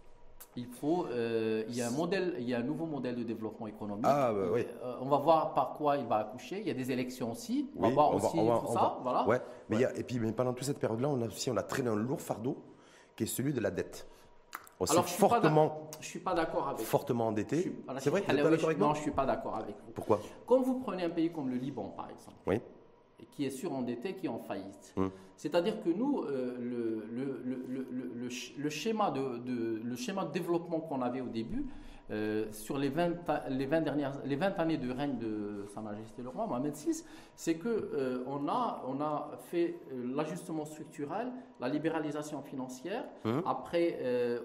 Il faut, euh, il y a un modèle, il y a un nouveau modèle de développement économique. Ah, bah, oui. Euh, on va voir par quoi il va accoucher. Il y a des élections aussi. On Oui, va voir on va- aussi on va- tout on ça. va- Voilà. Ouais, mais il y a- et puis mais pendant toute cette période-là, on a aussi on a traîné un lourd fardeau qui est celui de la dette. On s'est Alors, je suis pas fortement, d'accord- je suis pas d'accord avec. fortement Je endetté. suis- voilà, C'est vrai, je vous suis- êtes pas d'accord avec Non, moi je suis pas d'accord avec vous. Pourquoi? Quand vous prenez un pays comme le Liban, par exemple, Oui. et qui est surendetté, qui est en faillite. Hum. C'est-à-dire que nous, euh, le, le, le, le, le, le sch- le schéma de, de- le schéma de développement qu'on avait au début, euh, sur les vingt, a- les, vingt dernières, les vingt années de règne de Sa Majesté le Roi, Mohamed six, c'est qu'on euh, on a, on a fait euh, l'ajustement structurel, la libéralisation financière. Hum. Après, euh,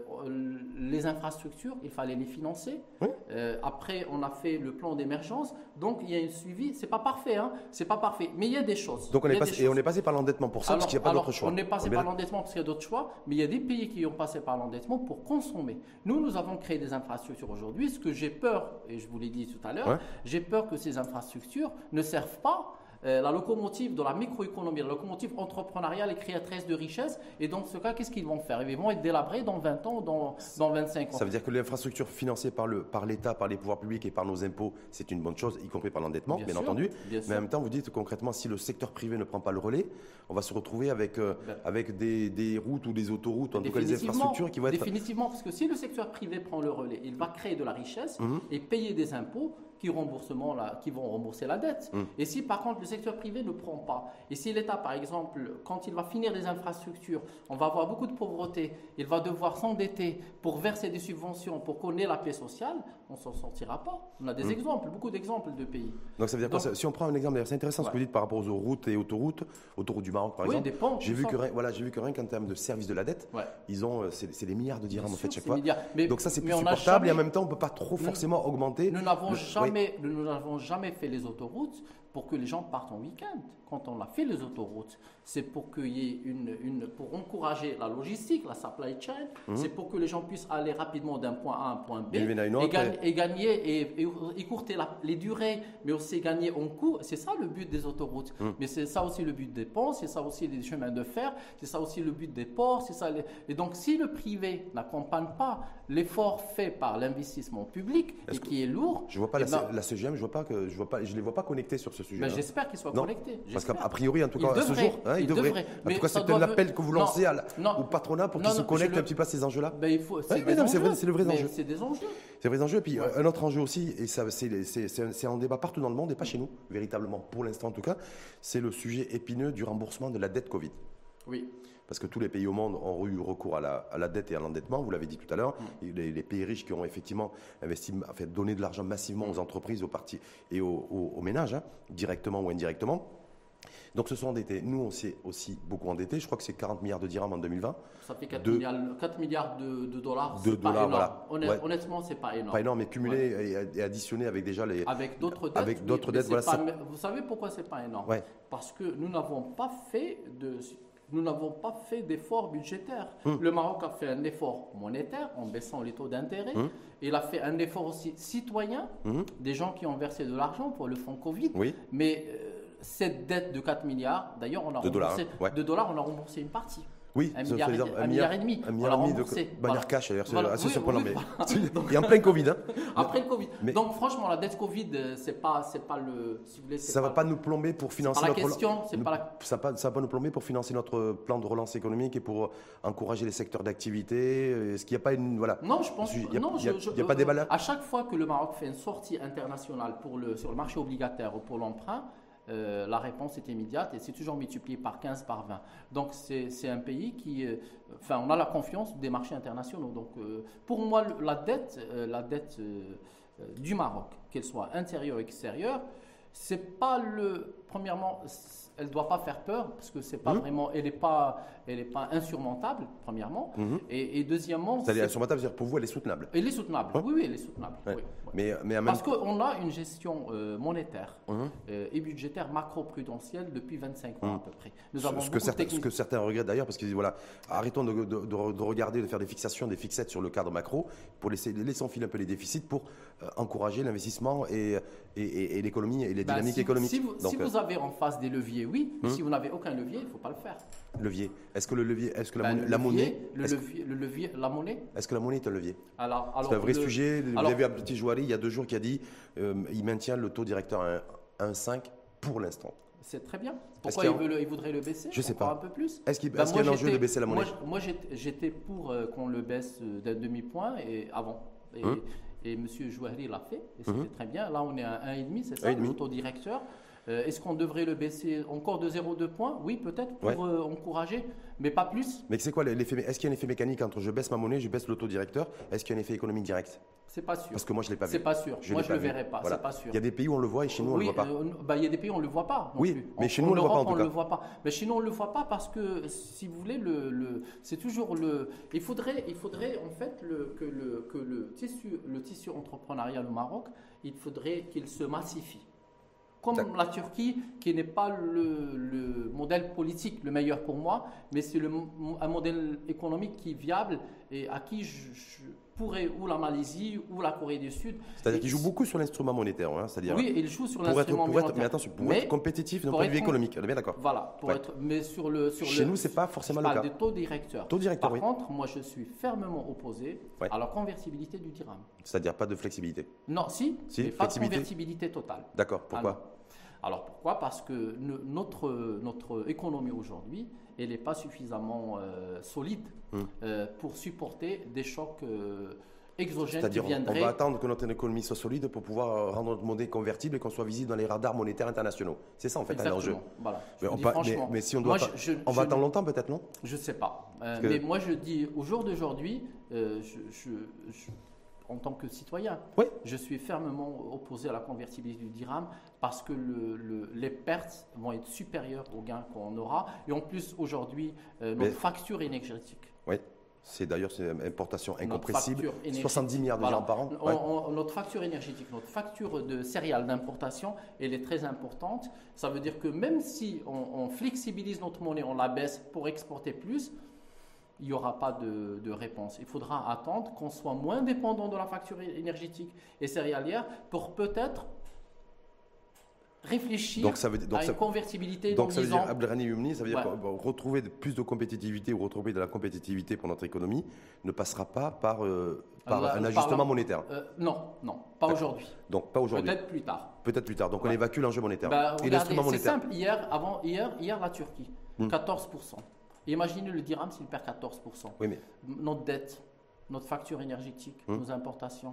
les infrastructures, il fallait les financer. Oui. Euh, après, on a fait le plan d'émergence. Donc, il y a un suivi. C'est pas parfait, hein, c'est pas parfait, mais il y a des choses. Donc on Il y est a passé, des et choses. on est passé par l'endettement pour ça, parce qu'il n'y a pas Alors, d'autre choix. On est passé est bien par d'accord. l'endettement parce qu'il y a d'autres choix, mais il y a des pays qui ont passé par l'endettement pour consommer. Nous, nous avons créé des infrastructures aujourd'hui. Ce que j'ai peur, et je vous l'ai dit tout à l'heure, Ouais. j'ai peur que ces infrastructures ne servent pas euh, la locomotive de la microéconomie, la locomotive entrepreneuriale et créatrice de richesse. Et dans ce cas, qu'est-ce qu'ils vont faire? Ils vont être délabrés dans vingt ans, dans, dans vingt-cinq ans. Ça veut dire que l'infrastructure financée par le- par l'État, par les pouvoirs publics et par nos impôts, c'est une bonne chose, y compris par l'endettement, bien, Bien sûr, entendu. bien Mais sûr. en même temps, vous dites concrètement, si le secteur privé ne prend pas le relais, on va se retrouver avec, euh, Ben. avec des, des routes ou des autoroutes, en tout cas des Définitivement, infrastructures qui vont être... Définitivement, parce que si le secteur privé prend le relais, il va créer de la richesse Mhm. et payer des impôts qui, remboursement la- qui vont rembourser la dette. Mhm. Et si par contre le secteur privé ne prend pas, et si l'État par exemple, quand il va finir des infrastructures, on va avoir beaucoup de pauvreté, il va devoir s'endetter pour verser des subventions, pour qu'on ait la paix sociale, on ne s'en sortira pas. On a des Mhm. exemples, beaucoup d'exemples de pays. Donc ça veut dire quoi, Donc- ça- si on prend un exemple, d'ailleurs, c'est intéressant ce que Ouais. vous dites par rapport aux routes et autoroutes, autoroutes du Maroc par Oui, exemple. des ponts, J'ai tout vu, ça. que rien- voilà, j'ai vu que rien qu'en termes de service de la dette, Ouais. ils ont, euh, c'est c'est des milliards de dirhams Bien en fait sûr, chaque c'est fois. média. Mais- Donc ça c'est plus mais on n'a supportable et en jamais- même temps on ne peut pas trop Nous- forcément augmenter. Nous n'avons le- jamais, nous n'avons jamais fait les autoroutes pour que les gens partent en week-end. Quand on a fait les autoroutes, c'est pour qu'il y ait une, une, pour encourager la logistique, la supply chain. C'est pour que les gens puissent aller rapidement d'un point A à un point B D'une ville à une et, autre, gagne- et gagner et, et écourter la- les durées, mais aussi gagner en coût. C'est ça le but des autoroutes. Mais c'est ça aussi le but des ponts, c'est ça aussi des chemins de fer, c'est ça aussi le but des ports, c'est ça. les- Et donc, si le privé n'accompagne pas l'effort fait par l'investissement public et Est-ce que- qui est lourd, Je vois pas eh la, ben, la C G M, je vois pas que je vois pas, je les vois pas connectés sur ce sujet. ben, j'espère qu'ils soient Non, connectés. Parce j'espère. qu'a priori, en tout cas, Ils à ce devraient, jour, hein, ils ils devraient. devraient. En Mais tout cas, ça c'est doit un ve- appel que vous Non, lancez à la- non. au patronat pour Non, qu'ils se non, connectent je le- un petit peu à ces enjeux-là. Ben, il faut, c'est Ouais, des mais non, c'est enjeux. vrai, c'est le vrai Mais enjeu. C'est des enjeux. C'est vrai enjeu. Et puis un autre enjeu aussi, et ça, c'est, c'est, c'est un, c'est un débat partout dans le monde et pas chez nous, véritablement pour l'instant en tout cas, c'est le sujet épineux du remboursement de la dette Covid. Oui. Parce que tous les pays au monde ont eu recours à la, à la dette et à l'endettement, vous l'avez dit tout à l'heure. Mm. Et Les, les pays riches qui ont effectivement investi, en fait, donné de l'argent massivement aux entreprises, aux partis et aux, aux- aux ménages, hein, directement ou indirectement. Donc se sont endettés. Nous, on s'est aussi beaucoup endettés. Je crois que c'est quarante milliards de dirhams en deux mille vingt. Ça fait quatre, de, milliards, quatre milliards de, de dollars. De dollars, voilà. Honnêt, ouais. Honnêtement, c'est pas énorme. Pas énorme, mais cumulé ouais. et additionné avec déjà les. Avec d'autres dettes. Avec d'autres dettes, voilà. Pas, vous savez pourquoi c'est pas énorme ouais. Parce que nous n'avons pas fait de. Nous n'avons pas fait d'efforts budgétaires. Hum. Le Maroc a fait un effort monétaire en baissant les taux d'intérêt. Hum. Il a fait un effort aussi citoyen, hum. des gens qui ont versé de l'argent pour le fonds Covid. Oui. Mais euh, cette dette de quatre milliards, d'ailleurs, on a de remboursé, dollars, hein. ouais. de dollars, on a remboursé une partie. Oui, un milliard, dire, un, un milliard et demi. Un milliard et demi de manière voilà. cash, d'ailleurs. Voilà. C'est assez oui, surprenant. Oui, mais... Donc, et en plein Covid. Hein. Après le Covid. Mais... Donc, franchement, la dette Covid, c'est pas, c'est pas le. Si vous voulez, ça ne va pas nous plomber pour financer pas notre. La question, c'est nous... pas la... Ça ne va pas nous plomber pour financer notre plan de relance économique et pour encourager les secteurs d'activité. Est-ce qu'il n'y a pas une. Voilà. Non, je pense. Il n'y a, non, il y a, je, il y a pas de débat là. À chaque fois que le Maroc fait une sortie internationale pour le, sur le marché obligataire ou pour l'emprunt, Euh, la réponse est immédiate et c'est toujours multiplié par quinze, par vingt. Donc c'est un pays qui, euh, enfin, on a la confiance des marchés internationaux. Donc euh, pour moi, le, la dette, euh, la dette euh, euh, du Maroc, qu'elle soit intérieure ou extérieure, c'est pas le. Premièrement, elle ne doit pas faire peur parce que c'est pas mmh. vraiment, elle n'est pas, elle est pas insurmontable. Premièrement, mmh. et, et deuxièmement, c'est insurmontable, c'est-à-dire pour vous, elle est soutenable. Elle est soutenable. Hein? Oui, oui, elle est soutenable. Ouais. Oui, oui. Mais, mais même... Parce qu'on a une gestion euh, monétaire mmh. euh, et budgétaire macro-prudentielle depuis vingt-cinq ans mmh. à peu près. Nous avons ce, que certains, ce que certains regrettent d'ailleurs, parce qu'ils disent voilà, arrêtons de, de, de, de regarder, de faire des fixations, des fixettes sur le cadre macro, pour laisser, laisser enfiler un peu les déficits pour euh, encourager l'investissement et, et, et, et l'économie et les ben, dynamiques si, économiques. Si vous, Donc, si vous avez en face des leviers, oui. Mmh. Si vous n'avez aucun levier, il ne faut pas le faire. Levier. Est-ce que le levier, est-ce que la, ben, monnaie, le la levier, monnaie, le levier, le levier, la monnaie. Est-ce que la monnaie est un levier? Alors, alors c'est un vrai le, sujet. Vous alors, avez vu Abdelti Jouari il y a deux jours qui a dit euh, il maintient le taux directeur à un virgule cinq pour l'instant. C'est très bien. Pourquoi il, il, veut le, il voudrait le baisser? Je ne sais pas. Un peu plus. Est-ce qu'il ben, est qu y a un enjeu de baisser la monnaie? Moi, moi j'étais pour euh, qu'on le baisse d'un demi-point et avant. Et, hum. et M. Jouari l'a fait. Et c'était hum. très bien. Là, on est à un virgule cinq, c'est ça, le taux directeur. Euh, Est-ce qu'on devrait le baisser encore de zéro virgule deux points? Oui, peut-être, pour ouais. euh, encourager, mais pas plus. Mais c'est quoi l'effet? Est-ce qu'il y a un effet mécanique entre je baisse ma monnaie, je baisse le taux directeur? Est-ce qu'il y a un effet économique direct? C'est pas sûr. Parce que moi, je ne l'ai pas vu. C'est pas sûr. Je moi, je ne le verrai vu. pas. Voilà. C'est pas sûr. Il y a des pays où on le voit et chez nous, oui, on ne le voit pas. Euh, bah, il y a des pays où on ne le voit pas. Non oui, plus. mais en, chez nous, on ne le voit pas en tout on cas. Le voit pas. Mais chez nous, on ne le voit pas parce que, si vous voulez, le, le, c'est toujours le. Il faudrait, il faudrait en fait le, que, le, que le, tissu, le tissu entrepreneurial au Maroc, il faudrait qu'il se massifie. Comme la Turquie, qui n'est pas le, le modèle politique le meilleur pour moi, mais c'est un modèle économique qui est viable et à qui je, je pourrais, ou la Malaisie, ou la Corée du Sud. C'est-à-dire qu'il joue beaucoup sur l'instrument monétaire. Hein, oui, il joue sur l'instrument monétaire. Mais attention, pour mais être compétitif d'un point de vue économique, on est bien d'accord. Voilà, pour ouais. être, mais sur le... Sur Chez le, nous, ce n'est pas forcément le cas. des taux directeurs. Taux directeur, Par oui. contre, moi, je suis fermement opposé ouais. à la convertibilité du dirham. C'est-à-dire pas de flexibilité? Non, si, si mais pas de convertibilité totale. D'accord, pourquoi? Alors, Alors pourquoi? Parce que notre, notre économie aujourd'hui, elle n'est pas suffisamment euh, solide hum. euh, pour supporter des chocs euh, exogènes qui viendraient. C'est-à-dire on va attendre que notre économie soit solide pour pouvoir rendre notre monnaie convertible et qu'on soit visible dans les radars monétaires internationaux. C'est ça en fait l'enjeu. Voilà. Mais, on pas, mais, mais si on doit, moi, pas, je, je, on va je, attendre longtemps peut-être, non? Je ne sais pas. Euh, mais moi je dis au jour d'aujourd'hui, euh, je, je, je en tant que citoyen, oui. je suis fermement opposé à la convertibilité du dirham parce que le, le, les pertes vont être supérieures aux gains qu'on aura. Et en plus, aujourd'hui, euh, notre Mais, facture énergétique. Oui, c'est d'ailleurs une importation incompressible. soixante-dix milliards de voilà. dirhams par an. Ouais. On, on, notre facture énergétique, notre facture de céréales d'importation, elle est très importante. Ça veut dire que même si on, on flexibilise notre monnaie, on la baisse pour exporter plus, il n'y aura pas de, de réponse. Il faudra attendre qu'on soit moins dépendant de la facture énergétique et céréalière pour peut-être réfléchir donc ça veut dire, donc à ça, une convertibilité donc dans ça veut dix dire, ans. Abdelghani Youmni, ça veut ouais. dire que retrouver plus de compétitivité ou retrouver de la compétitivité pour notre économie ne passera pas par, euh, par la, un ajustement par la, monétaire. Euh, non, non, pas aujourd'hui. Donc pas aujourd'hui. Peut-être plus tard. Peut-être plus tard. Donc ouais. on évacue l'enjeu monétaire. Bah, et l'instrument monétaire. C'est simple. Hier, avant, hier, hier la Turquie, hmm. quatorze pour cent. Imaginez le dirham s'il perd quatorze pour cent. Oui, mais... Notre dette, notre facture énergétique, hum. nos importations.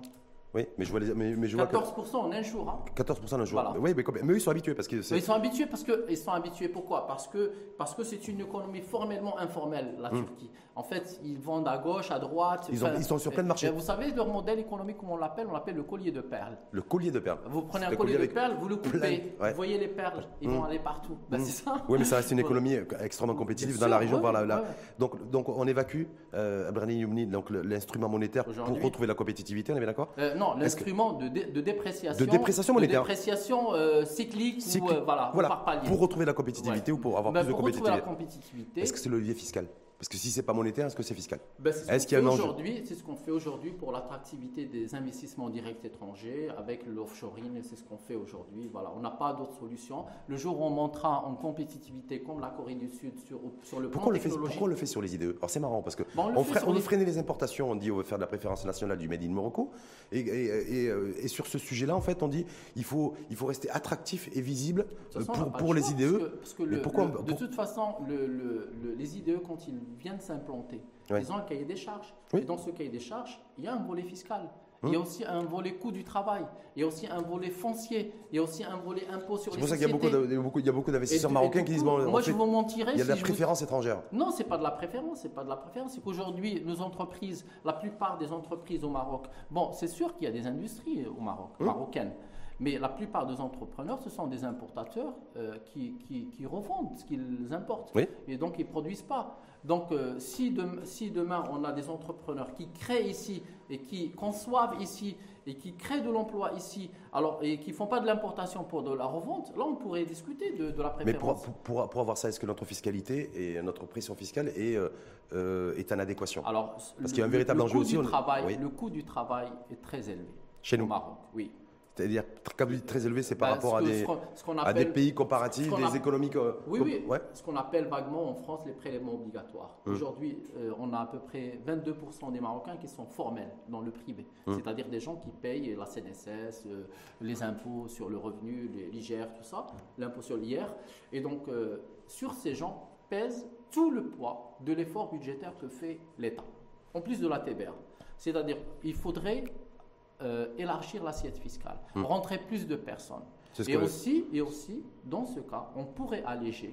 Oui, mais je vois les, mais, mais je vois que- quatorze pour cent en un jour. Hein. quatorze pour cent d'un jour. Voilà. Oui, mais, combien- mais eux, ils sont habitués parce que c'est. Ils sont habitués parce que ils sont habitués pourquoi? Parce que parce que c'est une économie formellement informelle, la Hum. Turquie. En fait, ils vendent à gauche, à droite. Ils ont- Enfin, ils sont sur plein de marchés. et Vous savez leur modèle économique, comment on l'appelle? On l'appelle le collier de perles. Le collier de perles. Vous prenez C'est un le collier de avec perles, vous le coupez, plein- ouais. vous voyez les perles, ils vont aller partout. Ben, c'est ça. Oui, mais ça reste une Voilà. économie extrêmement compétitive Bien dans sûr, la région. ouais, Voir la, la- ouais. Donc, donc, on évacue, euh, Abrani Youmni, donc le- l'instrument monétaire pour Aujourd'hui. retrouver la compétitivité, on est bien d'accord? Euh, non, Est-ce que- l'instrument de, dé- de dépréciation. De dépréciation monétaire. De dépréciation euh, cyclique, Cyclique. ou euh, voilà, Voilà, par palier. pour retrouver la compétitivité Ouais. ou pour avoir Ben, plus de pour retrouver la compétitivité. compétitivité. Est-ce que c'est le levier fiscal? Parce que si c'est pas monétaire, est-ce que c'est fiscal? Ben, c'est ce Est-ce qu'on qu'il y a fait un enjeu? aujourd'hui, c'est ce qu'on fait aujourd'hui pour l'attractivité des investissements directs étrangers avec l'offshoring, c'est ce qu'on fait aujourd'hui. Voilà, on n'a pas d'autre solution. Le jour où on montera en compétitivité comme la Corée du Sud sur, sur le plan Pourquoi on, le fait, technologique. pourquoi on le fait sur les I D E? Alors c'est marrant parce que Bon, on le on, fait ferait- sur on veut les- freiner les importations, on dit on veut faire de la préférence nationale du Made in Morocco. Et, et- et, euh, et sur ce sujet-là, en fait, on dit il faut, il faut rester attractif et visible De toute euh, façon, on pour, n'a pas pour le les choix, I D E. Parce que, parce que Mais le- pourquoi le- on- de pour- toute façon, le- le- le- les I D E, quand ils viennent s'implanter, Ouais. ils ont un cahier des charges. Oui. Et dans ce cahier des charges, il y a un volet fiscal. Il y a aussi un volet coût du travail. Il y a aussi un volet foncier. Il y a aussi un volet impôt sur C'est les pour ça qu'il y a beaucoup, sociétés. de- il y a beaucoup, il y a beaucoup Et d'investisseurs du- et marocains du qui disent coup, bon, moi on je fait- vous mentirais il y a de la si je vous- préférence étrangère. Non, c'est pas de la préférence, c'est pas de la préférence. C'est qu'aujourd'hui, nos entreprises, la plupart des entreprises au Maroc, bon, c'est sûr qu'il y a des industries au Maroc, Hum. marocaines, mais la plupart des entrepreneurs, ce sont des importateurs euh, qui, qui, qui revendent ce qu'ils importent. Oui. Et donc, ils ne produisent pas. Donc, euh, si, dem- si demain, on a des entrepreneurs qui créent ici et qui conçoivent ici et qui créent de l'emploi ici, alors, et qui ne font pas de l'importation pour de la revente, là, on pourrait discuter de, de la Mais préférence. pour, pour, pour- pour avoir ça, est-ce que notre fiscalité et notre pression fiscale est, euh, euh, est en adéquation? Alors, Parce le- qu'il y a un véritable le enjeu coût aussi, Du on- travail, oui. Le coût du travail est très élevé. Chez au nous. Maroc, oui. C'est-à-dire, quand vous dites très élevé, c'est par Bah, rapport ce à que- des, ce qu'on- ce qu'on à des appelle- pays comparatifs, ce qu'on des a- économies. euh, Oui, com- oui, ouais. ce qu'on appelle vaguement en France les prélèvements obligatoires. Hum. Aujourd'hui, euh, on a à peu près vingt-deux pour cent des Marocains qui sont formels dans le privé. Hum. C'est-à-dire des gens qui payent la C N S S, euh, les impôts sur le revenu, les- l'I G R, tout ça, l'impôt sur l'I R. Et donc, euh, sur ces gens pèse tout le poids de l'effort budgétaire que fait l'État, en plus de la T B R. C'est-à-dire, il faudrait euh, élargir l'assiette fiscale, Hum. rentrer plus de personnes. C'est ce Et que- aussi, et aussi, dans ce cas, on pourrait alléger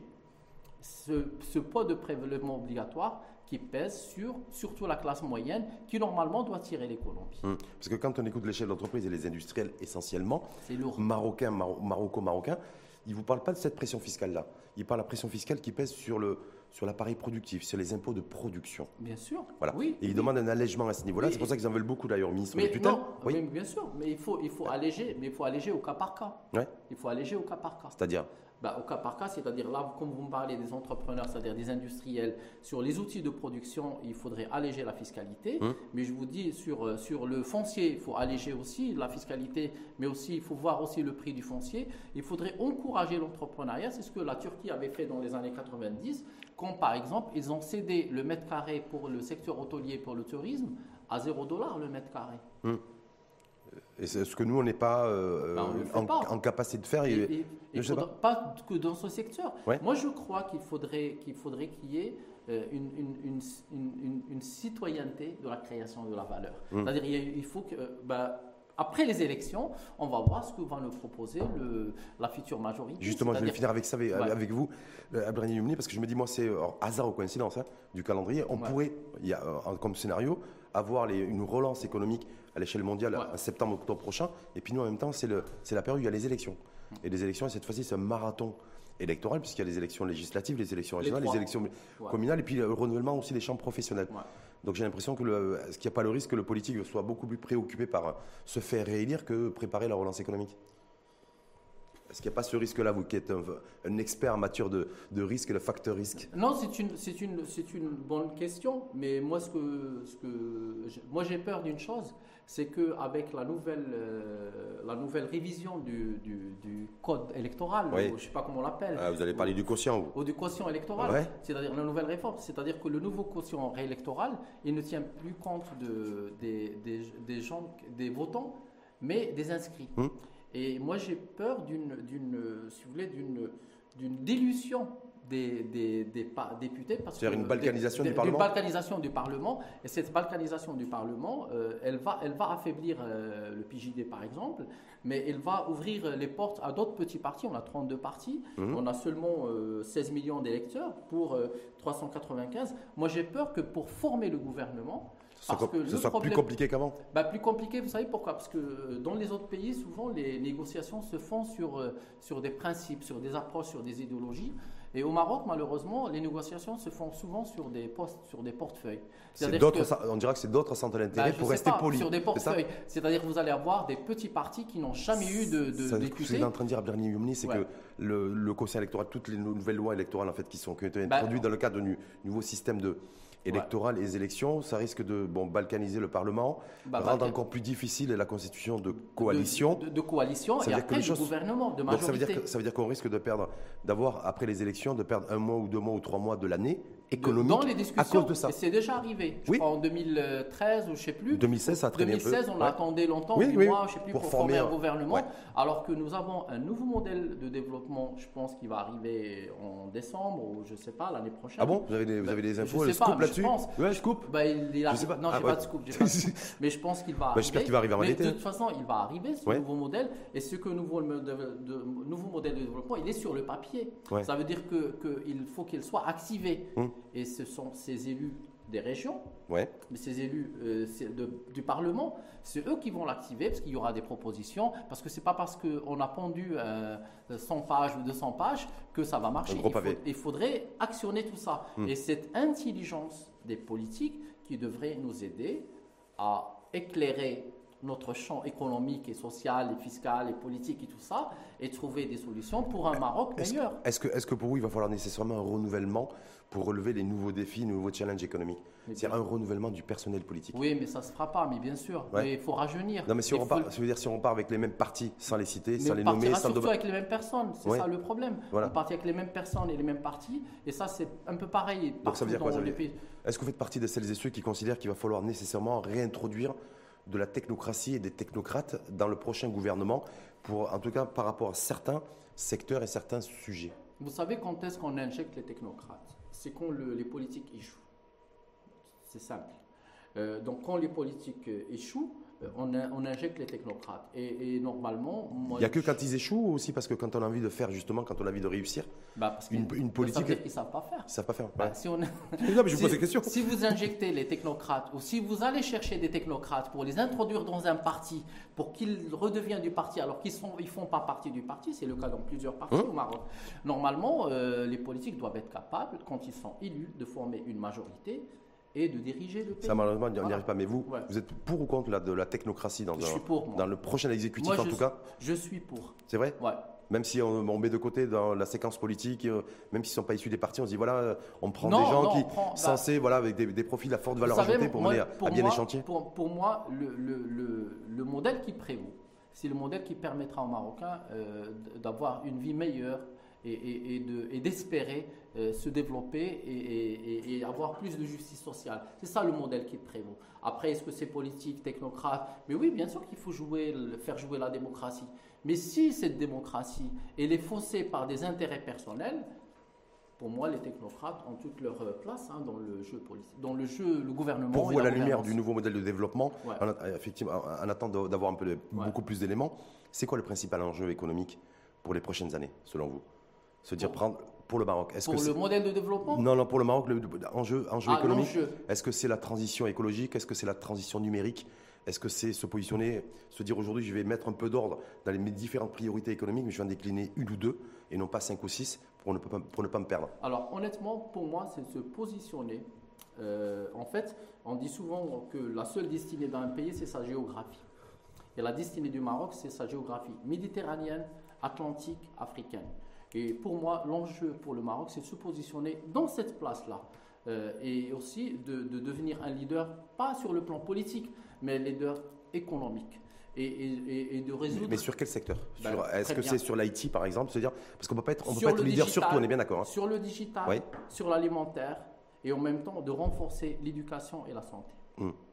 ce, ce poids de prélèvement obligatoire qui pèse sur surtout la classe moyenne qui normalement doit tirer l'économie. Hum. Parce que quand on écoute les chefs d'entreprise et les industriels essentiellement, C'est lourd. marocains, Maro- maroco-marocains, ils ne vous parlent pas de cette pression fiscale-là. Ils parlent de la pression fiscale qui pèse sur, le, sur l'appareil productif, sur les impôts de production. Bien sûr. Voilà. Oui. Et ils oui. demandent un allègement à ce niveau-là. Oui. C'est pour ça qu'ils en veulent beaucoup d'ailleurs, au ministre Mais de tutelle. non, Oui. mais bien sûr, mais il faut, il faut alléger, mais il faut alléger au cas par cas. Ouais. Il faut alléger au cas par cas. C'est-à-dire, Bah, au cas par cas, c'est-à-dire là, comme vous me parlez des entrepreneurs, c'est-à-dire des industriels, sur les outils de production, il faudrait alléger la fiscalité. Hum. Mais je vous dis, sur, euh, sur le foncier, il faut alléger aussi la fiscalité, mais aussi il faut voir aussi le prix du foncier. Il faudrait encourager l'entrepreneuriat. C'est ce que la Turquie avait fait dans les années quatre-vingt-dix, quand par exemple, ils ont cédé le mètre carré pour le secteur hôtelier, pour le tourisme, à zéro dollar le mètre carré. et c'est ce que nous, on n'est pas, euh, Ben, on le fait en, pas. en capacité de faire. Et- et- et- je il sais faudra- pas. que dans ce secteur. Ouais. Moi, je crois qu'il faudrait qu'il faudrait qu'il y ait euh, une, une, une, une, une- une citoyenneté de la création de la valeur. Mm. C'est-à-dire, il, y a- il faut que, euh, bah, après les élections, on va voir ce que va nous proposer le, la future majorité. Justement, je vais C'est-à-dire- finir avec ça, avec, Ouais. avec vous, euh, Abrani Youmni, parce que je me dis, moi, c'est alors, hasard ou coïncidence hein, du calendrier. On Ouais. pourrait, il y a, euh, comme scénario, avoir les- une relance économique à l'échelle mondiale Ouais. en septembre, octobre prochain. Et puis nous, en même temps, c'est le- c'est la période où il y a les élections. Et les élections, et cette fois-ci, c'est un marathon électoral, puisqu'il y a les élections législatives, les élections Les régionales, les, trois. élections Ouais. communales, et puis le renouvellement aussi des chambres professionnelles. Ouais. Donc j'ai l'impression que le, est-ce qu'il n'y a pas le risque que le politique soit beaucoup plus préoccupé par euh, se faire réélire que préparer la relance économique? Est-ce qu'il n'y a pas ce risque-là, vous qui êtes un, un expert en matière de, de risque et de facteur risque? Non, c'est une, c'est une, c'est une bonne question, mais moi, ce que, ce que, je- moi j'ai peur d'une chose, c'est qu'avec la nouvelle, euh, la nouvelle révision du, du, du code électoral, Oui. ou je ne sais pas comment on l'appelle, Ah, vous allez parler du quotient, vous? ou du quotient électoral, Ouais. c'est-à-dire la nouvelle réforme, c'est-à-dire que le nouveau quotient électoral, il ne tient plus compte de, des, des, des gens, des votants, mais des inscrits. Hum. Et moi j'ai peur d'une, d'une, si vous voulez, d'une, d'une dilution des, des, des députés. C'est-à-dire une balkanisation des, du Parlement. Une balkanisation du Parlement. Et cette balkanisation du Parlement, euh, elle, va, elle va affaiblir euh, le P J D, par exemple, mais elle va ouvrir les portes à d'autres petits partis. On a trente-deux partis. Mmh. On a seulement euh, seize millions d'électeurs pour euh, trois cent quatre-vingt-quinze. Moi, j'ai peur que pour former le gouvernement, parce que ce soit problème, plus compliqué qu'avant. Bah, plus compliqué, vous savez pourquoi? Parce que dans les autres pays, souvent, les négociations se font sur, euh, sur des principes, sur des approches, sur des idéologies. Et au Maroc, malheureusement, les négociations se font souvent sur des postes, sur des portefeuilles. C'est que, on dira que c'est d'autres centres d'intérêt bah, pour rester pas, poli. Sur des portefeuilles. C'est-à-dire que vous allez avoir des petits partis qui n'ont jamais eu de, de ça, députés. Ce qu'il est en train de dire Bernie Youmni, c'est ouais. que le, le conseil électoral, toutes les nouvelles lois électorales en fait, qui, sont, qui ont été bah, introduites dans le cadre du nouveau système de électorale ouais. et les élections, ça risque de bon, balkaniser le Parlement, bah, rendre balkan... encore plus difficile la constitution de coalition. De, de, de coalition ça et après du choses... gouvernement, de majorité. Donc ça veut dire que, ça veut dire qu'on risque de perdre, d'avoir après les élections, de perdre un mois ou deux mois ou trois mois de l'année économique dans les discussions, à cause de ça. Et c'est déjà arrivé. Je oui. crois en deux mille treize ou je ne sais plus. deux mille seize, ça a traîné deux mille seize, un peu. on ouais. attendait longtemps, oui, huit oui, mois, je ne sais plus, pour, pour former un gouvernement. Ouais. Alors que nous avons un nouveau modèle de développement, je pense, qui va arriver en décembre ou je ne sais pas, l'année prochaine. Ah bon? Vous avez des, vous avez des infos, le scoop là-dessus? Ouais, scoop. Bah, il, il a... Je sais pas. Non, ah, j'ai ouais. pas de scoop. Pas de scoop. Mais je pense qu'il va arriver. Bah, J'espère qu'il va arriver en Mais été. De toute façon, il va arriver, ce ouais. nouveau modèle. Et ce que nouveau, de, de, nouveau modèle de développement, il est sur le papier. Ouais. Ça veut dire qu'il que faut qu'il soit activé. Hum. Et ce sont ces élus des régions, ouais. mais ces élus euh, de, du Parlement, c'est eux qui vont l'activer parce qu'il y aura des propositions, parce que ce n'est pas parce qu'on a pendu euh, cent pages ou deux cents pages que ça va marcher. Il, faut, il faudrait actionner tout ça. Hum. Et cette intelligence des politiques qui devrait nous aider à éclairer notre champ économique et social et fiscal et politique et tout ça, et trouver des solutions pour un Maroc est-ce meilleur. Que, est-ce, que, est-ce que pour vous, il va falloir nécessairement un renouvellement pour relever les nouveaux défis, les nouveaux challenges économiques? C'est un renouvellement du personnel politique. Oui, mais ça ne se fera pas, mais bien sûr. Ouais. Mais il faut rajeunir. Non, mais si on, repart, faut... ça veut dire si on part avec les mêmes partis, sans les citer, mais sans les nommer, sans surtout avec les mêmes personnes, c'est ouais. ça le problème. Voilà. On part avec les mêmes personnes et les mêmes partis, et ça c'est un peu pareil. Donc ça veut dire quoi ça veut dire... Est-ce que vous faites partie de celles et ceux qui considèrent qu'il va falloir nécessairement réintroduire de la technocratie et des technocrates dans le prochain gouvernement, pour, en tout cas par rapport à certains secteurs et certains sujets? Vous savez quand est-ce qu'on injecte les technocrates? C'est quand le, les politiques échouent. C'est simple. Euh, donc quand les politiques euh, échouent, euh, on, a, on injecte les technocrates. Et, et normalement... Moi, il n'y a que quand ils échouent, ou aussi parce que quand on a envie de faire, justement, quand on a envie de réussir, bah parce une, une politique... Ça veut dire qu'ils ne savent pas faire. Ils ne savent pas faire. Bah, si on... non, mais je vous si, pose des questions. Si vous injectez les technocrates, ou si vous allez chercher des technocrates pour les introduire dans un parti, pour qu'ils redeviennent du parti, alors qu'ils ne ils font pas partie du parti, c'est le cas dans plusieurs partis hum. au Maroc. Normalement, euh, les politiques doivent être capables, quand ils sont élus, de former une majorité et de diriger le pays. Ça, malheureusement, on n'y voilà. arrive pas. Mais vous, ouais. vous êtes pour ou contre la, de la technocratie dans, je suis pour, moi. dans le prochain exécutif, moi, en je tout suis, cas? Je suis pour. C'est vrai? Ouais. Même si on, on met de côté dans la séquence politique, euh, même s'ils ne sont pas issus des partis, on se dit voilà, on prend non, des gens non, qui prend, censés, bah, voilà, avec des, des profils à forte valeur savez, ajoutée pour moi, mener à, pour à bien moi, les chantiers. Pour, pour moi, le, le, le, le modèle qui prévaut, c'est le modèle qui permettra aux Marocains euh, d'avoir une vie meilleure et, et, et, de, et d'espérer euh, se développer et, et, et avoir plus de justice sociale. C'est ça le modèle qui prévaut. Après, est-ce que c'est politique, technocrate? Mais oui, bien sûr qu'il faut jouer, faire jouer la démocratie. Mais si cette démocratie elle est faussée par des intérêts personnels, pour moi, les technocrates ont toute leur place hein, dans le jeu politique, dans le jeu, le gouvernement. Pour vous, à la lumière du nouveau modèle de développement, ouais. en, effectivement, en attendant d'avoir un peu de, ouais. beaucoup plus d'éléments, c'est quoi le principal enjeu économique pour les prochaines années, selon vous? Se dire pour, prendre pour le Maroc. Est-ce pour que le modèle de développement? Non, non, pour le Maroc, le, le enjeu, enjeu ah, économique. L'enjeu. Est-ce que c'est la transition écologique? Est-ce que c'est la transition numérique? Est-ce que c'est se positionner, se dire aujourd'hui, je vais mettre un peu d'ordre dans les, mes différentes priorités économiques, mais je vais en décliner une ou deux, et non pas cinq ou six, pour ne pas, pour ne pas me perdre? Alors, honnêtement, pour moi, c'est se positionner. Euh, en fait, on dit souvent que la seule destinée d'un pays, c'est sa géographie. Et la destinée du Maroc, c'est sa géographie méditerranéenne, atlantique, africaine. Et pour moi, l'enjeu pour le Maroc, c'est de se positionner dans cette place-là. Euh, et aussi de, de devenir un leader, pas sur le plan politique, mais un leader économique. Et, et, et de résoudre... Mais sur quel secteur? Ben, Est-ce que c'est sur l'I T, par exemple? C'est-à-dire, parce qu'on ne peut pas être, on peut sur pas être leader digital, sur tout, on est bien d'accord. Hein. Sur le digital, oui. sur l'alimentaire, et en même temps de renforcer l'éducation et la santé. Hum.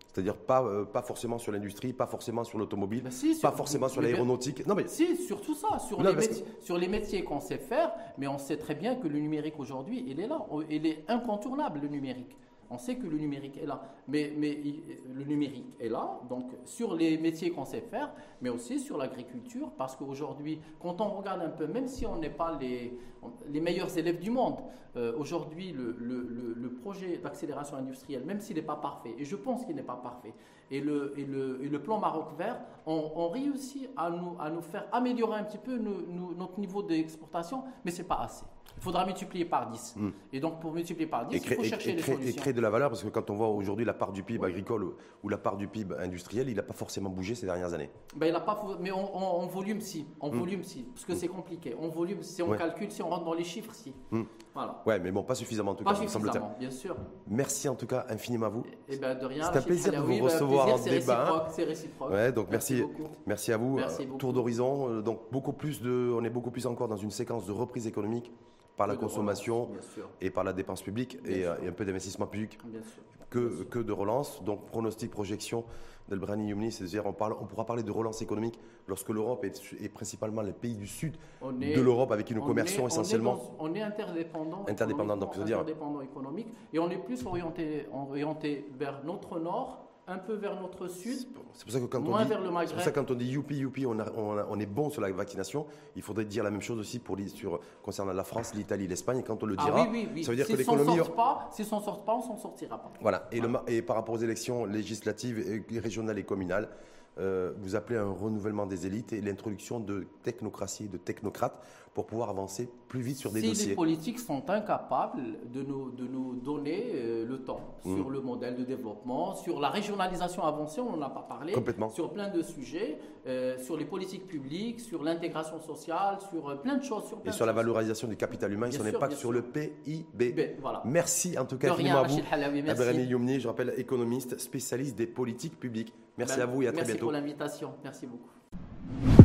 C'est-à-dire pas, euh, pas forcément sur l'industrie, pas forcément sur l'automobile, ben si, pas forcément sur l'aéronautique. Non mais si, sur tout ça, sur, non, les, métiers, que... sur les métiers qu'on sait faire, mais on sait très bien que le numérique aujourd'hui, il est là, il est incontournable le numérique. On sait que le numérique est là, mais, mais le numérique est là, donc sur les métiers qu'on sait faire, mais aussi sur l'agriculture, parce qu'aujourd'hui, quand on regarde un peu, même si on n'est pas les, les meilleurs élèves du monde, euh, aujourd'hui, le, le, le, le projet d'accélération industrielle, même s'il n'est pas parfait, et je pense qu'il n'est pas parfait, et le, et le, et le plan Maroc vert, on, on réussit à nous, à nous faire améliorer un petit peu nous, nous, notre niveau d'exportation, mais ce n'est pas assez. Il faudra multiplier par dix. Mm. Et donc, pour multiplier par dix, créer, il faut chercher et, et les créer, solutions. Et créer de la valeur, parce que quand on voit aujourd'hui la part du P I B oui. agricole ou la part du P I B industriel, il n'a pas forcément bougé ces dernières années. Ben, il n'a pas, mais en, en, en volume, si. En mm. volume, si. Parce que mm. c'est compliqué. En volume, si on ouais. calcule, si on rentre dans les chiffres, si. Mm. Voilà. Ouais, mais bon, pas suffisamment en tout pas cas. Pas suffisamment, bien sûr. Merci en tout cas infiniment à vous. Et, et ben, de rien. C'est un plaisir de vous oui, recevoir ben, en débat. C'est réciproque. Ouais, donc merci, merci, merci à vous. Merci Tour d'horizon. Donc beaucoup plus de, on est beaucoup plus encore dans une séquence de reprise économique par la consommation et par la dépense publique et, et un peu d'investissement public que, que de relance. Donc pronostic, projection d'Elbrahmy Youmni, c'est-à-dire on, parle, on pourra parler de relance économique lorsque l'Europe est, est principalement les pays du sud est, de l'Europe avec qui nous commerçons est, essentiellement. On est, dans, on est interdépendant, interdépendant donc, interdépendant économique et on est plus orienté, orienté vers notre nord, un peu vers notre sud, c'est pour ça que quand moins on dit, vers le Maghreb. C'est pour ça que quand on dit youpi, youpi, on, a, on, a, on est bon sur la vaccination, il faudrait dire la même chose aussi pour, sur, concernant la France, l'Italie, l'Espagne. Et quand on le dira, ah, oui, oui, oui. ça veut dire si que l'économie... Si on ne s'en sort pas, on ne s'en sortira pas. Voilà, et, voilà. Le, et par rapport aux élections législatives, et régionales et communales, euh, vous appelez à un renouvellement des élites et l'introduction de technocratie, de technocrates, pour pouvoir avancer plus vite sur des si dossiers. Si les politiques sont incapables de nous, de nous donner euh, le temps mmh. sur le modèle de développement, sur la régionalisation avancée, on n'en a pas parlé, complètement. Sur plein de sujets, euh, sur les politiques publiques, sur l'intégration sociale, sur euh, plein de choses. Sur plein et sur de la choses. valorisation du capital humain, sur l'impact sur le P I B. Ben, voilà. Merci en tout cas infiniment à vous. Elbrahmy Youmni, je rappelle, économiste, spécialiste des politiques publiques. Merci ben, à vous et à très merci bientôt. Merci pour l'invitation. Merci beaucoup.